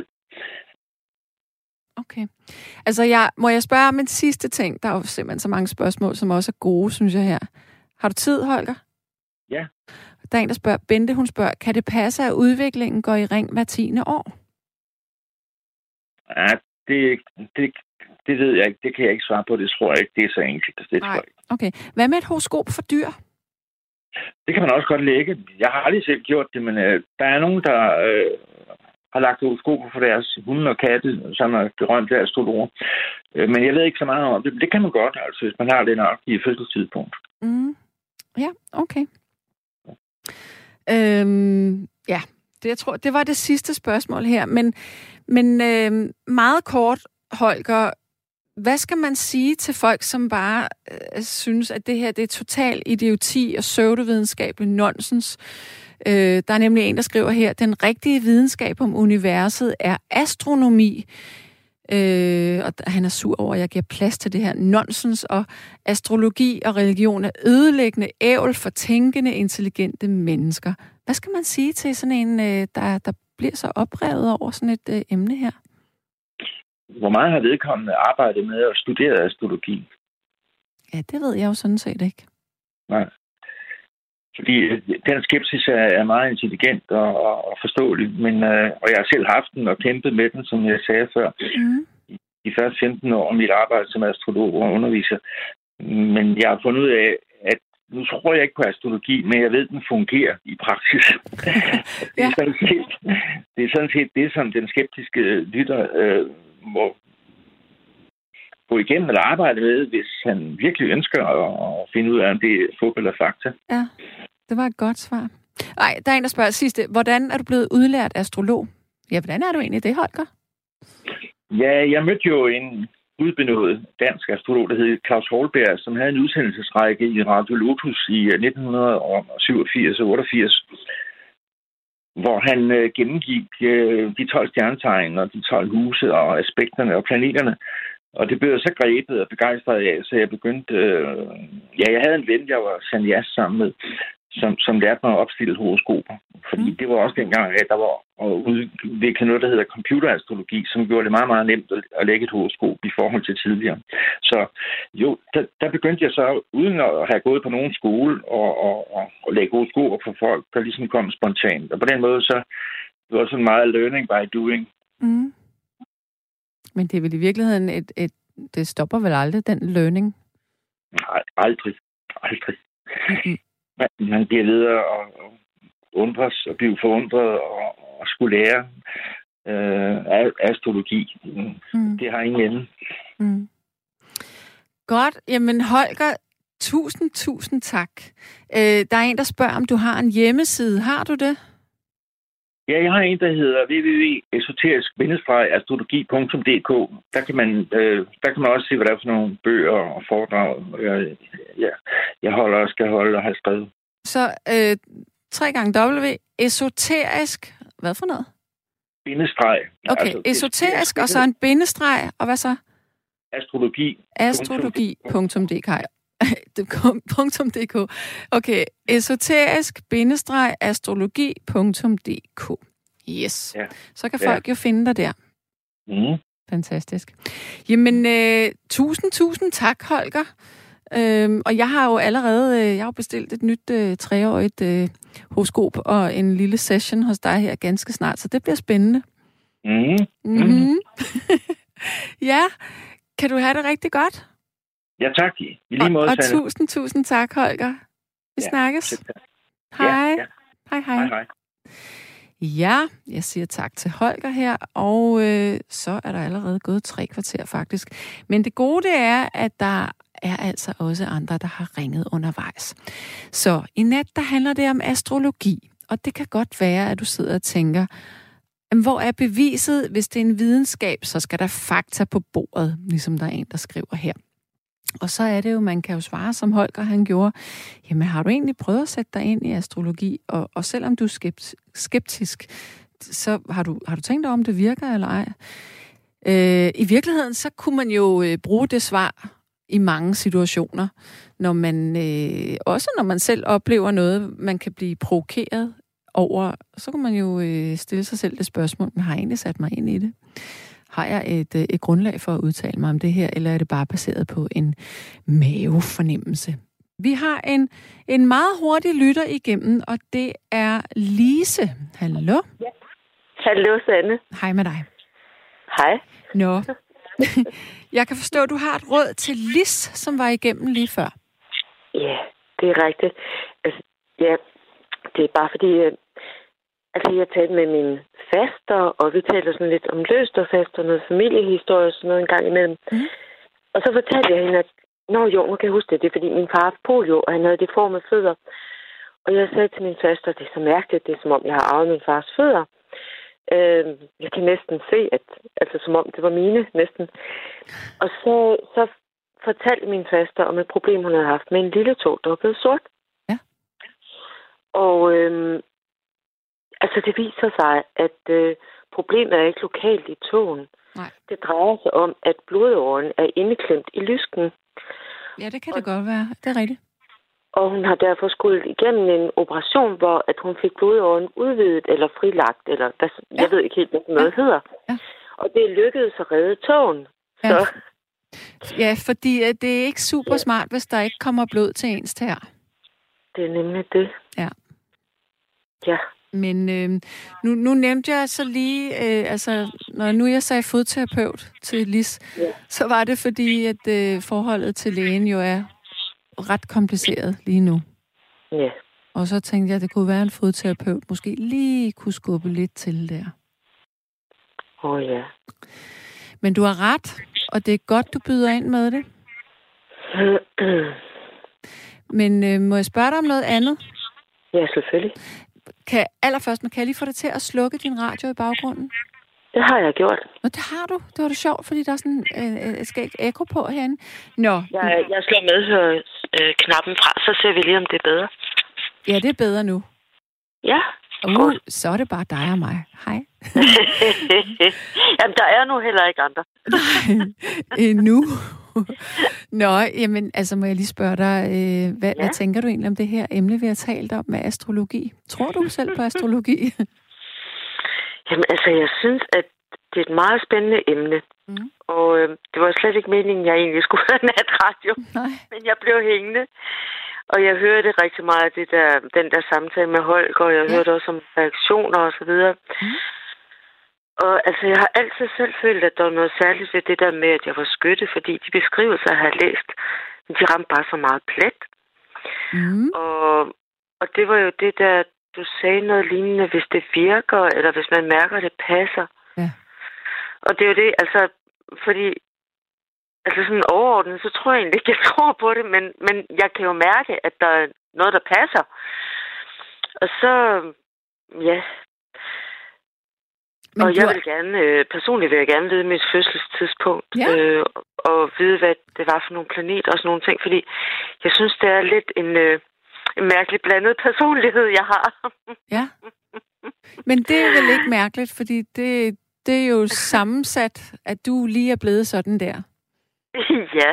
Okay. Altså, jeg, må jeg spørge om en sidste ting? Der er jo simpelthen så mange spørgsmål, som også er gode, synes jeg her. Har du tid, Holger? Ja. Der er en, der spørger, Bente, hun spørger, kan det passe, at udviklingen går i ring hver tiende år? Ja, det, det, det ved jeg ikke. Det kan jeg ikke svare på. Det tror jeg ikke. Det er så enkelt. Det tror jeg ikke. Okay. Hvad med et horoskop for dyr? Det kan man også godt lægge. Jeg har aldrig selv gjort det, men øh, der er nogen, der øh, har lagt horoskoper for deres hunde og katte, som er berømte astrologer. Øh, men jeg ved ikke så meget om det. Det kan man godt, altså, hvis man har det nok i fødselstidspunkt. Mm. Ja, okay. Øhm, ja, det, jeg tror, det var det sidste spørgsmål her. Men, men øh, meget kort, Holger, hvad skal man sige til folk, som bare øh, synes, at det her det er total idioti og pseudovidenskabelig nonsens? Øh, der er nemlig en, der skriver her, den rigtige videnskab om universet er astronomi. Øh, og han er sur over, at jeg giver plads til det her nonsens, og astrologi og religion er ødelæggende ævl for tænkende, intelligente mennesker. Hvad skal man sige til sådan en, øh, der, der bliver så oprevet over sådan et øh, emne her? Hvor meget har vedkommende arbejdet med at studere astrologi? Ja, det ved jeg jo sådan set ikke. Nej. Fordi den skepsis er, er meget intelligent og, og, og forståelig, men, øh, og jeg har selv haft den og kæmpet med den, som jeg sagde før, mm. i de første femten år af mit arbejde som astrolog og underviser. Men jeg har fundet ud af, at nu tror jeg ikke på astrologi, men jeg ved, at den fungerer i praksis. det, er sådan set, det er sådan set det, som den skeptiske lytter øh, må gå igennem eller arbejde med, hvis han virkelig ønsker at finde ud af, om det er fup eller fakta. Ja, det var et godt svar. Ej, der er en, der spørger sidste. Hvordan er du blevet udlært astrolog? Ja, hvordan er du egentlig det, Holger? Ja, jeg mødte jo en udbenået dansk astrolog, der hed Claus Holberg, som havde en udsendelsesrække i Radio Lotus i nitten syvogfirs og otteogfirs, hvor han øh, gennemgik øh, de tolv stjernetegn og de tolv huse og aspekterne og planeterne. Og det blev jeg så grebet og begejstret af, så jeg begyndte... Øh, ja, jeg havde en ven, jeg var sanias sammen med, som, som lærte mig at opstille horoskoper. Fordi det var også dengang, at der var at udvikle noget, der hedder computerastrologi, som gjorde det meget, meget nemt at lægge et horoskop i forhold til tidligere. Så jo, der, der begyndte jeg så, uden at have gået på nogen skole, og, og, og, og lægge horoskoper for folk, der ligesom kom spontant. Og på den måde, så det var sådan meget learning by doing. Mm. Men det er vel i virkeligheden et, et... Det stopper vel aldrig, den learning? Nej, aldrig. Aldrig. Mm-hmm. Man, man bliver ved at undres og blive forundret og, og skulle lære øh, astrologi. Mm. Det har ingen ende. Mm. Godt. Jamen Holger, tusind, tusind tak. Øh, der er en, der spørger, om du har en hjemmeside. Har du det? Ja, jeg har en, der hedder w w w punktum esoterisk bindestreg astrologi punktum d k. Der kan man, øh, der kan man også se, hvad der er for nogle bøger og foredrag, jeg, ja, jeg holder og skal holde og have skrevet. Så øh, tre gange W, esoterisk, hvad for noget? Bindestreg. Okay, altså, esoterisk, og så en bindestreg, og hvad så? Astrologi. Astrologi punktum d k. Punktum .dk. Okay, esoterisk bindestreg astrologi punktum d k. Yes. Ja. Så kan folk ja. jo finde dig der. Mm. Fantastisk. Jamen, øh, tusind, tusind tak, Holger. Øhm, og jeg har jo allerede øh, jeg har bestilt et nyt øh, treårigt øh, horoskop og en lille session hos dig her ganske snart, så det bliver spændende. Mm. Mm-hmm. Ja, kan du have det rigtig godt? Ja, tak. I lige måde, og, og tusind, tusind tak, Holger. Vi ja, snakkes. Hej. Ja, ja. Hej, hej. Hej, hej. Ja, jeg siger tak til Holger her, og øh, så er der allerede gået tre kvarter faktisk. Men det gode det er, at der er altså også andre, der har ringet undervejs. Så i nat, der handler det om astrologi, og det kan godt være, at du sidder og tænker, hvor er beviset? Hvis det er en videnskab, så skal der fakta på bordet, ligesom der er en, der skriver her. Og så er det jo, man kan jo svare, som Holger han gjorde, jamen har du egentlig prøvet at sætte dig ind i astrologi? Og, og selvom du er skeptisk, så har du, har du tænkt over, om det virker eller ej? Øh, I virkeligheden, så kunne man jo øh, bruge det svar i mange situationer, når man, øh, også når man selv oplever noget, man kan blive provokeret over, så kan man jo øh, stille sig selv det spørgsmål, men har jeg egentlig sat mig ind i det? Har jeg et, et grundlag for at udtale mig om det her, eller er det bare baseret på en mavefornemmelse? Vi har en, en meget hurtig lytter igennem, og det er Lise. Hallo? Ja. Hallo, Sanne. Hej med dig. Hej. Nå. Jeg kan forstå, at du har et råd til Lis, som var igennem lige før. Ja, det er rigtigt. Altså, ja, det er bare fordi... Altså, jeg talte med min faster, og vi talte sådan lidt om løst og fast og noget familiehistorie og sådan noget en gang imellem. Mm. Og så fortalte jeg hende, at nå jo, nu kan jeg huske det, det er fordi min far har polio, og han havde deformede fødder. Og jeg sagde til min faster, det er så mærkeligt, det er som om, jeg har arvet min fars fødder. Øh, jeg kan næsten se, at, altså som om det var mine, næsten. Og så, så fortalte min faster om et problem, hun havde haft med en lille tog, der var blevet sort. Ja. Og... Øh, Altså, det viser sig, at øh, problemet er ikke lokalt i tåen. Nej. Det drejer sig om, at blodåren er indeklemt i lysken. Ja, det kan det godt være. Det er rigtigt. Og hun har derfor skulle igennem en operation, hvor at hun fik blodåren udvidet eller frilagt, eller hvad, ja. jeg ved ikke helt, hvad noget ja. hedder. Ja. Og det lykkedes at redde tåen. Ja. Så. Ja, fordi det er ikke super smart, hvis der ikke kommer blod til ens tær. Det er nemlig det. Ja. Ja. Men øh, nu, nu nævnte jeg så lige, øh, altså, når nu jeg sagde fodterapeut til Lis, ja. så var det fordi, at øh, forholdet til lægen jo er ret kompliceret lige nu. Ja. Og så tænkte jeg, at det kunne være en fodterapeut, måske lige kunne skubbe lidt til der. Åh oh, ja. Men du har ret, og det er godt, du byder ind med det. Men øh, må jeg spørge dig om noget andet? Ja, selvfølgelig. Kan, allerførst, kan jeg lige få dig til at slukke din radio i baggrunden? Det har jeg gjort. Nå, det har du. Det var da sjovt, fordi der er sådan øh, et skægt ekko på herinde. Nå. Jeg, jeg slår medhør-knappen fra, så ser vi lige, om det er bedre. Ja, det er bedre nu. Ja. Uh, så er det bare dig og mig. Hej. Jamen, der er nu heller ikke andre. Nej, endnu. Nå, jamen, altså må jeg lige spørge dig, øh, hvad, ja. hvad tænker du egentlig om det her emne, vi har talt om med astrologi? Tror du selv på astrologi? Jamen, altså, jeg synes, at det er et meget spændende emne. Mm. Og øh, det var slet ikke meningen, jeg egentlig skulle høre natradio. Nej. Men jeg blev hængende. Og jeg hørte rigtig meget af det der, den der samtale med Holger, og jeg ja. hørte også om reaktioner og så videre. Mm. Og altså, jeg har altid selv følt, at der var noget særligt ved det der med, at jeg var skytte, fordi de beskrivelser, jeg har læst, de ramte bare så meget plet. Mm. Og, og det var jo det der, du sagde noget lignende, hvis det virker, eller hvis man mærker, at det passer. Ja. Og det er jo det, altså, fordi, altså sådan overordnet, så tror jeg egentlig ikke, jeg tror på det, men, men jeg kan jo mærke, at der er noget, der passer. Og så, ja... Men og jeg vil gerne, øh, personligt vil jeg gerne vide mit fødselstidspunkt, ja. øh, og vide, hvad det var for nogle planeter og sådan nogle ting, fordi jeg synes, det er lidt en, øh, en mærkelig blandet personlighed, jeg har. Ja, men det er vel ikke mærkeligt, fordi det, det er jo sammensat, at du lige er blevet sådan der. Ja.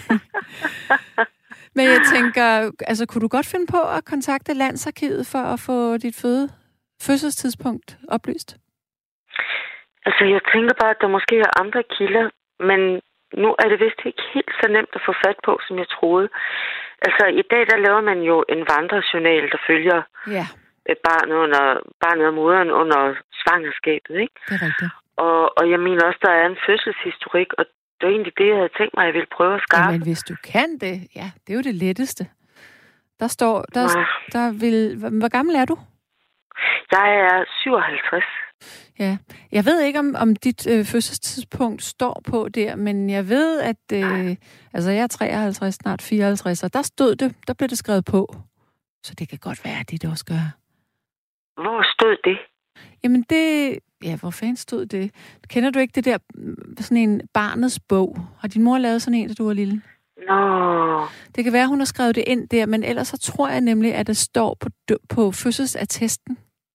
Men jeg tænker, altså kunne du godt finde på at kontakte Landsarkivet for at få dit føde, fødselstidspunkt oplyst? Altså, jeg tænker bare, at der måske er andre kilder, men nu er det vist ikke helt så nemt at få fat på, som jeg troede. Altså, i dag, der laver man jo en vandrejournal, der følger ja. barnet, under, barnet og moderen under svangerskabet, ikke? Det er rigtigt. Og, og jeg mener også, der er en fødselshistorik, og det er egentlig det, jeg havde tænkt mig, at jeg ville prøve at skaffe. Men hvis du kan det, ja, det er jo det letteste. Der står, der, ja. der vil, hvor gammel er du? Jeg er syvoghalvtreds. Ja, jeg ved ikke, om, om dit øh, fødselstidspunkt står på der, men jeg ved, at øh, altså jeg er treoghalvtreds, snart fireoghalvtreds, og der stod det, der blev det skrevet på. Så det kan godt være, at det også gør. Hvor stod det? Jamen det, ja, hvor fanden stod det? Kender du ikke det der, sådan en barnets bog? Har din mor lavet sådan en, da du var lille? Nå. No. Det kan være, hun har skrevet det ind der, men ellers så tror jeg nemlig, at det står på, på fødselsattesten.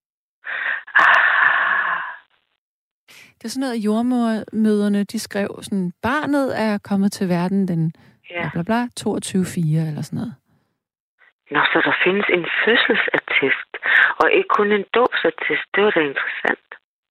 Det er sådan noget, at jordmøderne, de skrev sådan, barnet er kommet til verden den ja. bla bla bla, toogtyve fire eller sådan noget. Nå, så der findes en fødselsattest, og ikke kun en dåbsattest. Det var da interessant.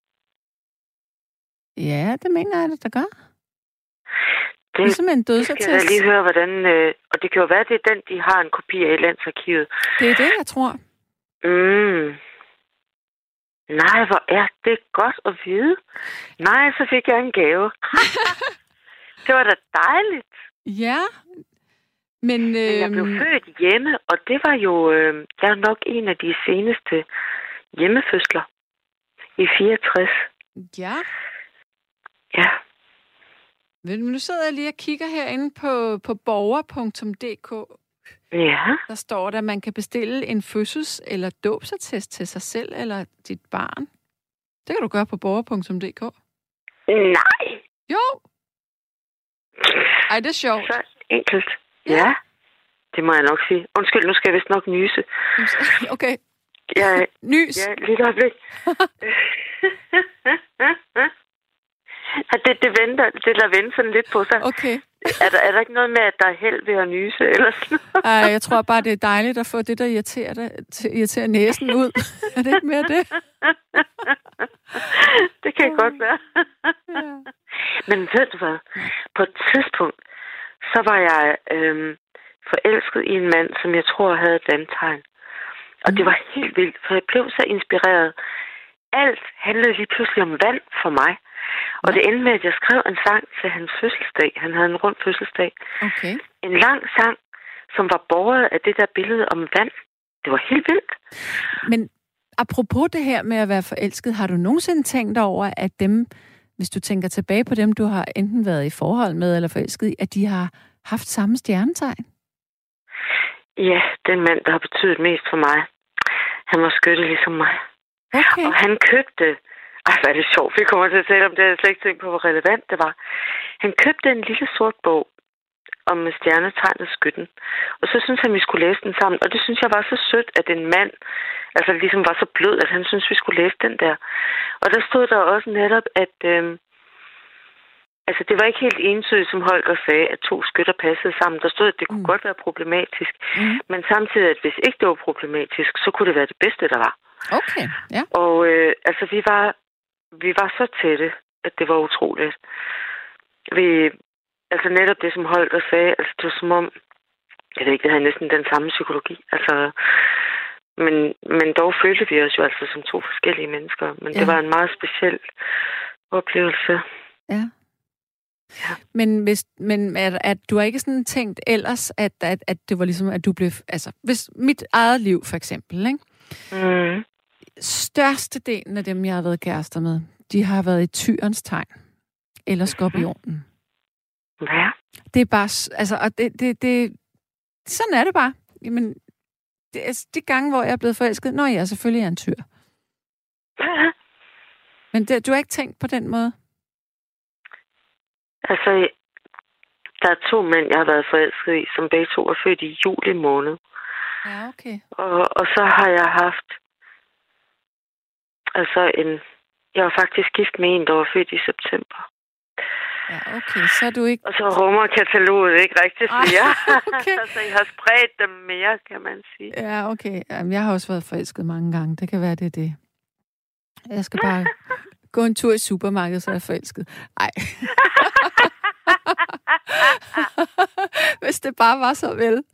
Ja, det mener jeg, at der gør. Det, det er simpelthen en dødsattest. Det skal jeg lige høre, hvordan... Øh, og det kan jo være, det er den, de har en kopi af i Landsarkivet. Det er det, jeg tror. Mm. Nej, hvor er det godt at vide. Nej, så fik jeg en gave. Det var da dejligt. Ja, men... Øh... men jeg blev født hjemme, og det var jo øh, der er nok en af de seneste hjemmefødsler i fireogtres. Ja. Ja. Men nu sidder jeg lige og kigger herinde på, på borger punktum d k. Ja. Der står der, at man kan bestille en fødsels- eller dåbsattest til sig selv eller dit barn. Det kan du gøre på borger punktum d k. Nej. Jo. Ej, det er sjovt. Så enkelt. Ja. ja. Det må jeg nok sige. Undskyld, nu skal jeg vist nok nyse. Okay. Ja, Nys. Ja, lige et øjeblik. det, det venter, det der venter sådan lidt på sig. Okay. Er der, er der ikke noget med, at der er held ved at nyse eller sådan noget? Ej, jeg tror bare, det er dejligt at få det, der irriterer, dig, irriterer næsen ud. Er det ikke mere det? Det kan uh. godt være. Ja. Men ved du hvad? På et tidspunkt, så var jeg øhm, forelsket i en mand, som jeg tror havde et vandtegn. Og mm. det var helt vildt, for jeg blev så inspireret. Alt handlede lige pludselig om vand for mig. Og ja. Det endte med, at jeg skrev en sang til hans fødselsdag. Han havde en rund fødselsdag. Okay. En lang sang, som var båret af det der billede om vand. Det var helt vildt. Men apropos det her med at være forelsket, har du nogensinde tænkt over, at dem, hvis du tænker tilbage på dem, du har enten været i forhold med eller forelsket i, at de har haft samme stjernetegn? Ja, den mand, der har betydet mest for mig. Han var skytte ligesom mig. Okay. Og han købte... Ej, hvad er det sjovt. Vi kommer til at tale om det. Jeg slet ikke tænkt på, hvor relevant det var. Han købte en lille sort bog om stjernetegnet skytten. Og så synes han, vi skulle læse den sammen. Og det synes jeg var så sødt, at en mand altså ligesom var så blød, at han synes, vi skulle læse den der. Og der stod der også netop, at øhm, altså det var ikke helt entydigt, som Holger sagde, at to skytter passede sammen. Der stod, at det kunne mm. godt være problematisk. Mm. Men samtidig, at hvis ikke det var problematisk, så kunne det være det bedste, der var. Okay, ja. Og øh, altså, vi var, vi var så tætte, at det var utroligt. Vi, altså netop det, som Holger sagde, altså det var som om, jeg ved ikke, det havde næsten den samme psykologi. Altså, men, men dog følte vi os jo altså som to forskellige mennesker. Men ja. Det var en meget speciel oplevelse. Ja. Ja. Men, hvis, men at, at du har ikke sådan tænkt ellers, at, at, at det var ligesom, at du blev... Altså, hvis mit eget liv for eksempel, ikke? Mm. Størstedelen af dem, jeg har været kærester med, de har været i tyrens tegn. Eller skorpionen. Hvad? Det er bare... Altså, og det, det, det, sådan er det bare. Jamen, det er de gange, hvor jeg er blevet forelsket, nå ja, selvfølgelig er jeg en tyr. Men det, du har ikke tænkt på den måde? Altså, der er to mænd, jeg har været forelsket i, som begge to er født i juli måned. Ja, okay. Og, og så har jeg haft... Altså, en... Jeg var faktisk gift med en, der var født i september. Ja, okay. Så er du ikke... Og så rummer kataloget ikke rigtig flere. Okay. Altså, jeg har spredt dem mere, kan man sige. Ja, okay. Jamen, jeg har også været forelsket mange gange. Det kan være, det er det. Jeg skal bare gå en tur i supermarkedet, så er jeg forelsket. Ej. Hvis det bare var så vel.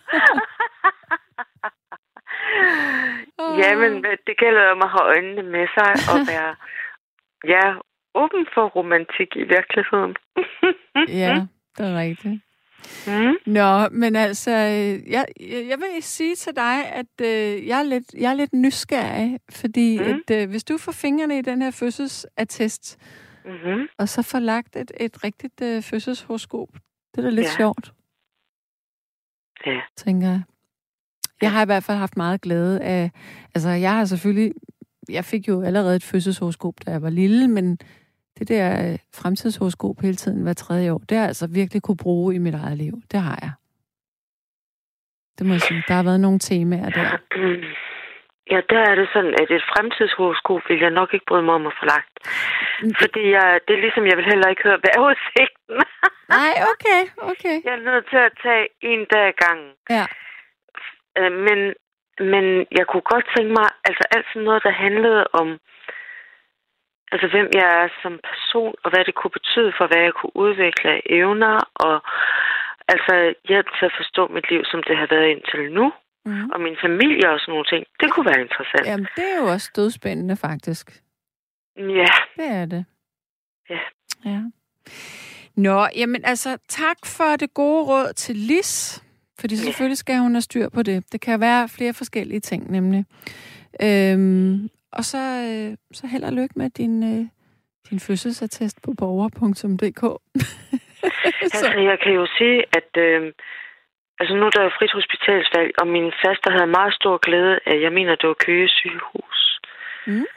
Ja, men det gælder om at have øjnene med sig og være ja, åben for romantik i virkeligheden. Ja, det er rigtigt. Mm. Nå, men altså, jeg, jeg vil sige til dig, at øh, jeg, er lidt, jeg er lidt nysgerrig, fordi mm. at, øh, hvis du får fingrene i den her fødselsattest, mm-hmm. og så får lagt et, et rigtigt øh, fødselshoroskop, det er da lidt ja. sjovt. Ja. Tænker jeg. Jeg har i hvert fald haft meget glæde af... Altså, jeg har selvfølgelig... Jeg fik jo allerede et fødselshoroskop, da jeg var lille, men det der fremtidshoroskop hele tiden hver tredje år, det har jeg altså virkelig kunne bruge i mit eget liv. Det har jeg. Det må jeg sige. Der har været nogle temaer der. Ja, der er det sådan, at et fremtidshoroskop vil jeg nok ikke bryde mig om at få lagt. Fordi jeg, det er ligesom, jeg vil heller ikke høre vejrudsigten. Nej, okay, okay. Jeg er nødt til at tage en dag ad gangen. Ja. Men, men jeg kunne godt tænke mig, altså alt sådan noget, der handlede om, altså hvem jeg er som person, og hvad det kunne betyde for, hvad jeg kunne udvikle af evner, og altså hjælp til at forstå mit liv, som det har været indtil nu, mm. og min familie og sådan nogle ting. Det kunne være interessant. Jamen, det er jo også dødspændende, faktisk. Ja. Det er det. Ja. Ja. Nå, jamen altså, tak for det gode råd til Lis. Fordi selvfølgelig skal hun have styr på det. Det kan være flere forskellige ting, nemlig. Øhm, og så, øh, så held og lykke med din, øh, din fødselsattest på borger punktum d k. Altså, jeg kan jo sige, at øh, altså, nu er der jo frit hospitalsvalg, og min faster havde meget stor glæde af, jeg mener, det var Køge sygehus. Mm.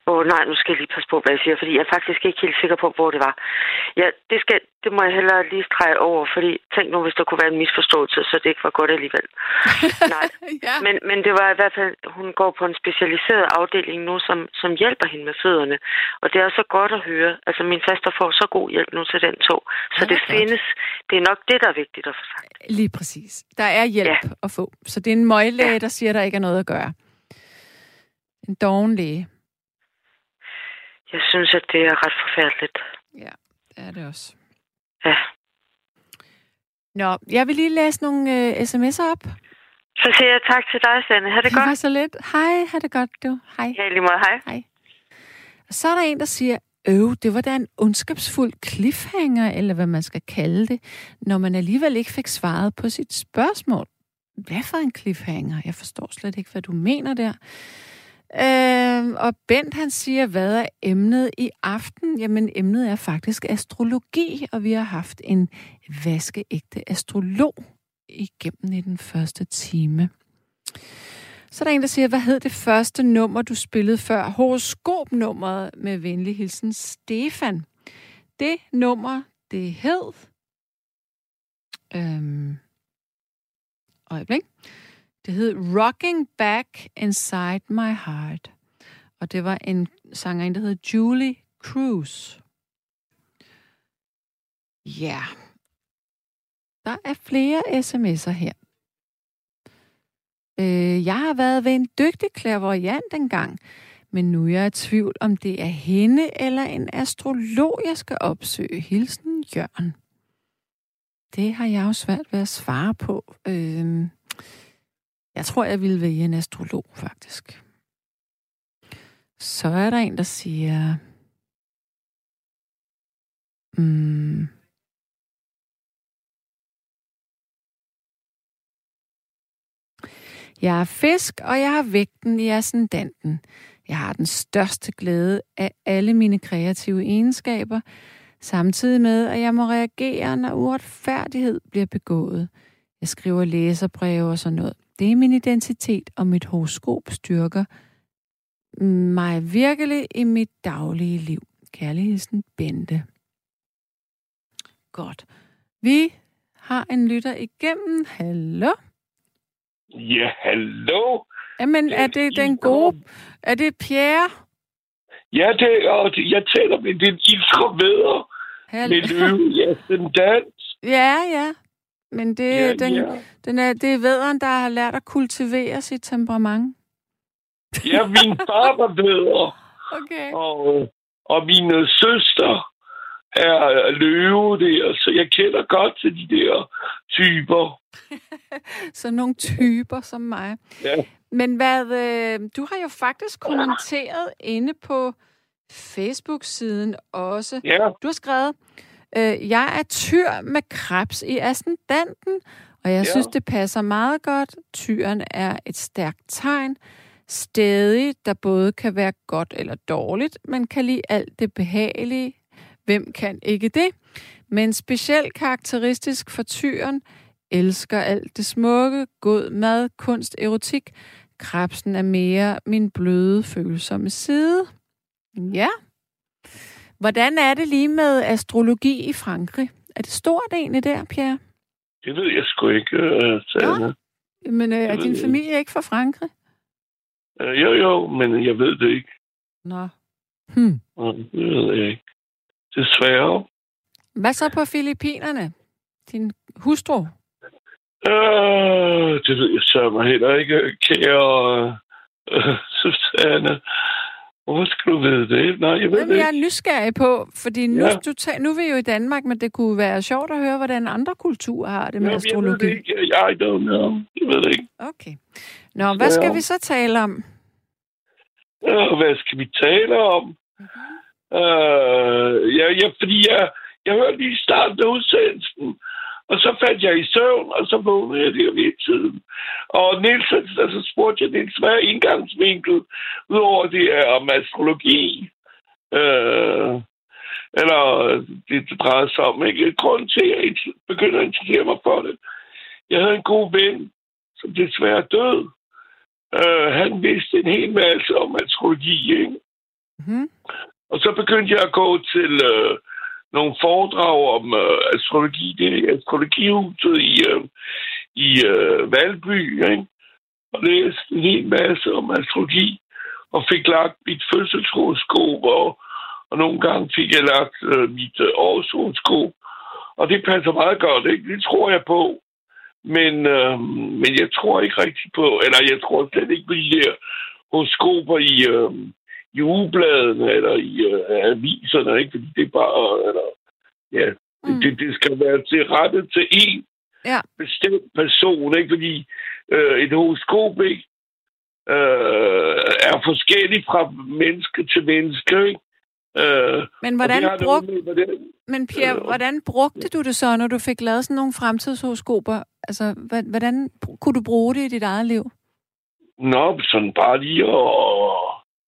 Åh oh, nej, nu skal jeg lige passe på, hvad jeg siger, fordi jeg er faktisk ikke helt sikker på, hvor det var. Ja, det, skal, det må jeg hellere lige strege over, fordi tænk nu, hvis der kunne være en misforståelse, så det ikke var godt alligevel. Nej, ja. men, men det var i hvert fald, hun går på en specialiseret afdeling nu, som, som hjælper hende med fødderne. Og det er så godt at høre. Altså min faster får så god hjælp nu til den tog. Så ja, det godt. Findes. Det er nok det, der er vigtigt at få sagt. Lige præcis. Der er hjælp ja. At få. Så det er en møglæge, ja. Der siger, der ikke er noget at gøre. En doven læge. Jeg synes, at det er ret forfærdeligt. Ja, det er det også. Ja. Nå, jeg vil lige læse nogle øh, sms'er op. Så siger jeg tak til dig, Sanne. Ha' det, det godt. Det var så lidt. Hej, ha' det godt, du. Hej. Ja, lige måde. Hej. Hej. Og så er der en, der siger, øv, det var da en ondskabsfuld cliffhanger, eller hvad man skal kalde det, når man alligevel ikke fik svaret på sit spørgsmål. Hvad for en cliffhanger? Jeg forstår slet ikke, hvad du mener der. Øh, og Bent, han siger, hvad er emnet i aften? Jamen, emnet er faktisk astrologi, og vi har haft en vaskeægte astrolog igennem i den første time. Så er der en, der siger, hvad hed det første nummer, du spillede før? Horoskopnummeret med venlig hilsen Stefan. Det nummer, det hed... Øhm, øjeblik. Det hed Rocking Back Inside My Heart. Og det var en sangerinde, der hed Julie Cruz. Ja. Yeah. Der er flere sms'er her. Øh, jeg har været ved en dygtig clairvoyant engang, men nu er jeg i tvivl, om det er hende eller en astrolog, jeg skal opsøge. Hilsen Jørgen. Det har jeg jo svært ved at svare på. Øh, jeg tror, jeg ville vælge en astrolog, faktisk. Så er der en, der siger... Mm, jeg er fisk, og jeg har vægten i ascendanten. Jeg har den største glæde af alle mine kreative egenskaber, samtidig med, at jeg må reagere, når uretfærdighed bliver begået. Jeg skriver læserbreve og sådan noget. Det er min identitet, og mit horoskop styrker mig virkelig i mit daglige liv. Kærligheden Bente. Godt. Vi har en lytter igennem. Hallo? Ja, hallo? Jamen, er det den gode... Er det Pierre? Ja, det er, jeg taler med den iltre vædder. Med løve i ascendant. Ja, ja. Men det, ja, den, ja. Den er, det er vædderen, der har lært at kultivere sit temperament. Ja, min far var vædder. Okay. Og, og min søster er løve der, så jeg kender godt til de der typer. Så nogle typer som mig. Ja. Men hvad, øh, du har jo faktisk kommenteret inde på Facebook-siden også. Ja. Du har skrevet, øh, jeg er tyr med krebs i ascendanten, og jeg ja. synes, det passer meget godt. Tyren er et stærkt tegn. Stædig, der både kan være godt eller dårligt, men kan lide alt det behagelige. Hvem kan ikke det? Men specielt karakteristisk for tyren, elsker alt det smukke, god mad, kunst, erotik. Krebsen er mere min bløde, følsomme side. Ja. Hvordan er det lige med astrologi i Frankrig? Er det stort egentlig der, Pierre? Det ved jeg sgu ikke, uh, Sanne. Ja. Men uh, er din familie ikke. ikke fra Frankrig? Uh, jo, jo, men jeg ved det ikke. Nå. Hmm. Uh, det ved jeg ikke. Desværre. Hvad så på Filippinerne? Din hustru? Uh, det ved jeg så mig heller ikke, kære uh, Susanne. Hvorfor skal du vide det? Nej, jeg ved Jamen, det jeg er nysgerrig på, fordi nu, ja. du ta- nu er vi jo i Danmark, men det kunne være sjovt at høre, hvordan andre kulturer har det med Jamen, astrologi. Jeg ved det ikke. I don't know. Jeg ved det ikke. Okay. Nå, hvad skal ja. vi så tale om? Uh, hvad skal vi tale om? Mm-hmm. Uh, ja, ja, fordi jeg, jeg hørte lige starten af udsendelsen, og så faldt jeg i søvn, og så vågnede jeg der ved tiden. Og Niels, altså spurgte jeg Niels, hvad er indgangsvinkel, udover det er om astrologi? Øh, eller det, det drejer sig om, ikke? Grunden til, at jeg begynder at interessere mig for det. Jeg havde en god ven, som desværre død. Øh, han vidste en hel masse om astrologi, ikke? Mm-hmm. Og så begyndte jeg at gå til øh, nogle foredrag om øh, astrologi. Det er astrologihuset i, øh, i øh, Valby, ikke? Og læste en hel masse om astrologi. Og fik lagt mit fødselshoroskop, og, og nogle gange fik jeg lagt øh, mit øh, årshoroskop. Og det passer meget godt, ikke? Det tror jeg på. Men, øh, men jeg tror ikke rigtig på, eller jeg tror slet ikke på de der horoskoper i, øh, i ugebladene, eller i øh, aviserne, ikke? Fordi det er bare, eller, ja, mm. det, det skal være til rettet til en ja. bestemt person, ikke? Fordi øh, et horoskop, ikke? Øh, er forskelligt fra menneske til menneske, ikke? Øh, men hvordan, brug... med, hvordan... men Pierre, øh, hvordan brugte du det så, når du fik lavet sådan nogle fremtidshoroskoper? Altså, hvordan kunne du bruge det i dit eget liv? Nå, sådan bare lige at,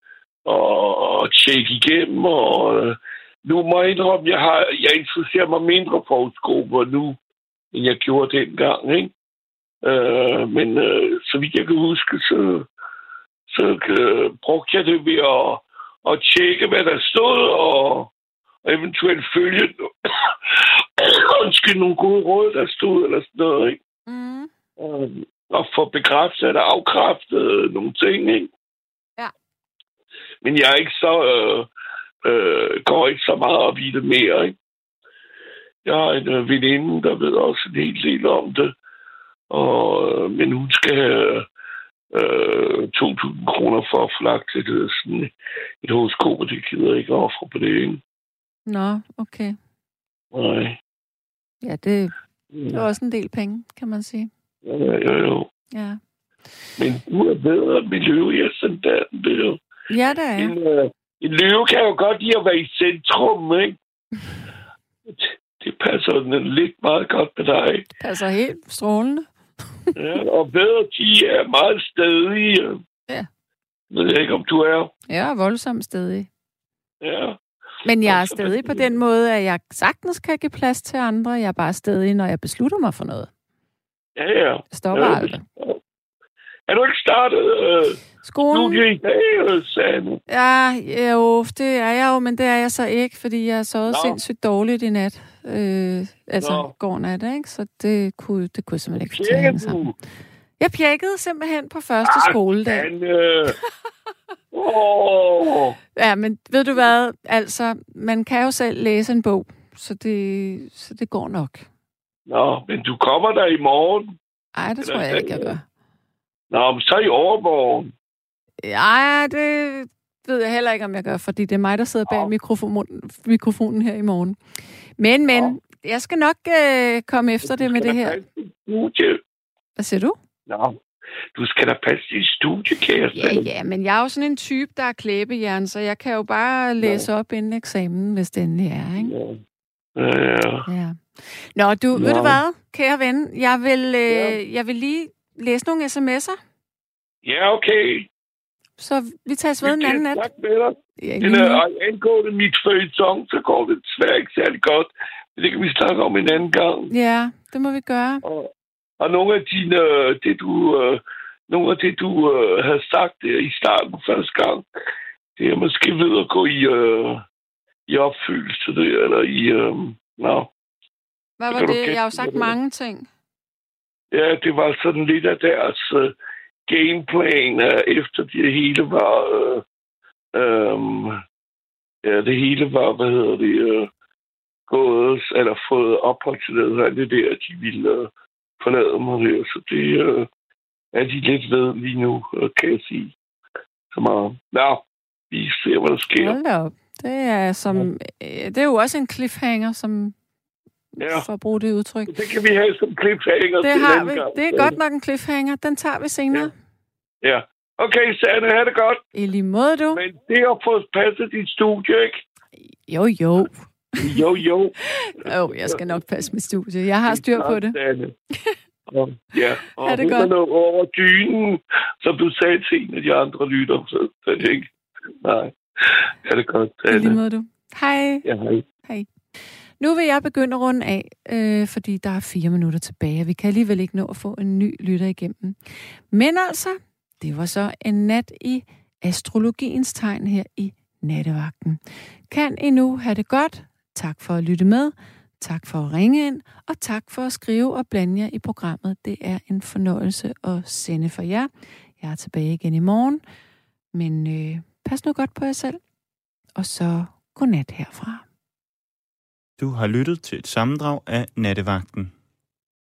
at tjekke igennem, og nu må jeg indrømme, jeg, har, jeg interesserer mig mindre for horoskoper nu, end jeg gjorde dengang, ikke? Øh, men øh, så vidt jeg kan huske, så, så øh, brugte jeg det ved at og tjekke, hvad der stod, og, og eventuelt følge undskyld, nogle gode råd, der stod, eller sådan noget, ikke? Mm. Og, og få bekræftet eller afkræftet nogle ting, ikke? Ja. Men jeg er ikke så, øh, øh, går ikke så meget op i det mere, ikke? Jeg har en øh, veninde, der ved også en hel del om det, og, øh, men hun skal have Øh, to tusind kroner for at få lagt et, sådan et horoskop, og det gider jeg ikke ofre på det, ikke? Nå, okay. Nej. Ja, det, det er også en del penge, kan man sige. Ja, jo, jo. Ja. Men du er bedre med løve, jeg sådan der, det er jo. Ja, det er en, øh, en løve kan jo godt lide at være i centrum, ikke? Det passer lidt meget godt med dig. Det passer helt strålende. Ja, og bedre, de er meget stedige. Ja. Jeg ved ikke, om du er. Jeg er voldsomt stedig. Ja. Men jeg er stedig på den måde, at jeg sagtens kan give plads til andre. Jeg er bare stedig, når jeg beslutter mig for noget. Ja, ja. Jeg stopper ja, aldrig. Er du ikke startet øh, skolen? Studie i dag, Sanne? Ja, jo, det er jeg jo, men det er jeg så ikke, fordi jeg har sovet Nå. sindssygt dårligt i nat. Øh, altså, Nå. går nat, ikke? Så det kunne, det kunne jeg simpelthen ikke få til at hænge sammen. Jeg pjekkede simpelthen på første ah, skoledag. Sanne. oh. Ja, men ved du hvad? Altså, man kan jo selv læse en bog, så det, så det går nok. Nå, men du kommer der i morgen. Nej, det tror jeg ikke, jeg gør. Nå, men så i overmorgen. Ja, det ved jeg heller ikke, om jeg gør, fordi det er mig, der sidder bag ja. mikrofon, mikrofonen her i morgen. Men, men, ja. jeg skal nok øh, komme efter det med det her. Hvad siger du? Nå, du skal da passe dit studie, kæreste. Ja, ja, men jeg er jo sådan en type, der er klæbejern, så jeg kan jo bare læse ja. op inden eksamen, hvis det endelig er, ikke? Ja. Ja, ja. ja. Nå, du, ja. ved du hvad, kære ven? Jeg vil, øh, ja. jeg vil lige læse nogle sms'er. Ja, okay. Så vi tager ved en anden nat. Tak med dig. Ja, det er angående mit følgetong, så går det desværre ikke særlig godt. Men det kan vi snakke om en anden gang. Ja, det må vi gøre. Og, og nogle af dine, det du, uh, nogle af det, du uh, havde sagt der i starten første gang, det er måske ved at gå i, uh, i opfyldelse, det, eller i, uh, no. Hvad var det? Jeg har jo sagt mange ting. Ja, det var sådan lidt af deres uh, gameplan, uh, efter det hele var, uh, um, ja, det hele var, hvad hedder det, uh, gået, eller fået opholdstilladelse af det der, de ville uh, forlade mig her. Så det uh, er de lidt ved lige nu, uh, kan jeg sige. Så meget. Nå, vi ser, hvad der sker. Hold da op. Det er, som, ja. det er jo også en cliffhanger, som ja. for at bruge det udtryk. Det kan vi have som cliffhanger. Det har vi. Gang. Det er godt nok en cliffhanger. Den tager vi senere. Ja. ja. Okay, Sanne, have det godt. I lige måde, du. Men det har fået passet dit studie, ikke? Jo, jo. Jo, jo. Jo, jeg skal nok passe mit studie. Jeg har styr på det. Og, ja, og er det godt? Over dynen, som du sagde til en af de andre lytter, så er det ikke. Nej, er det godt. I lige måde, du. Hej. Ja, hej. Hej. Nu vil jeg begynde at runde af, øh, fordi der er fire minutter tilbage. Vi kan alligevel ikke nå at få en ny lytter igennem. Men altså, det var så en nat i astrologiens tegn her i Nattevagten. Kan I nu have det godt? Tak for at lytte med. Tak for at ringe ind, og tak for at skrive og blande jer i programmet. Det er en fornøjelse at sende for jer. Jeg er tilbage igen i morgen, men øh, pas nu godt på jer selv, og så godnat herfra. Du har lyttet til et sammendrag af Nattevagten.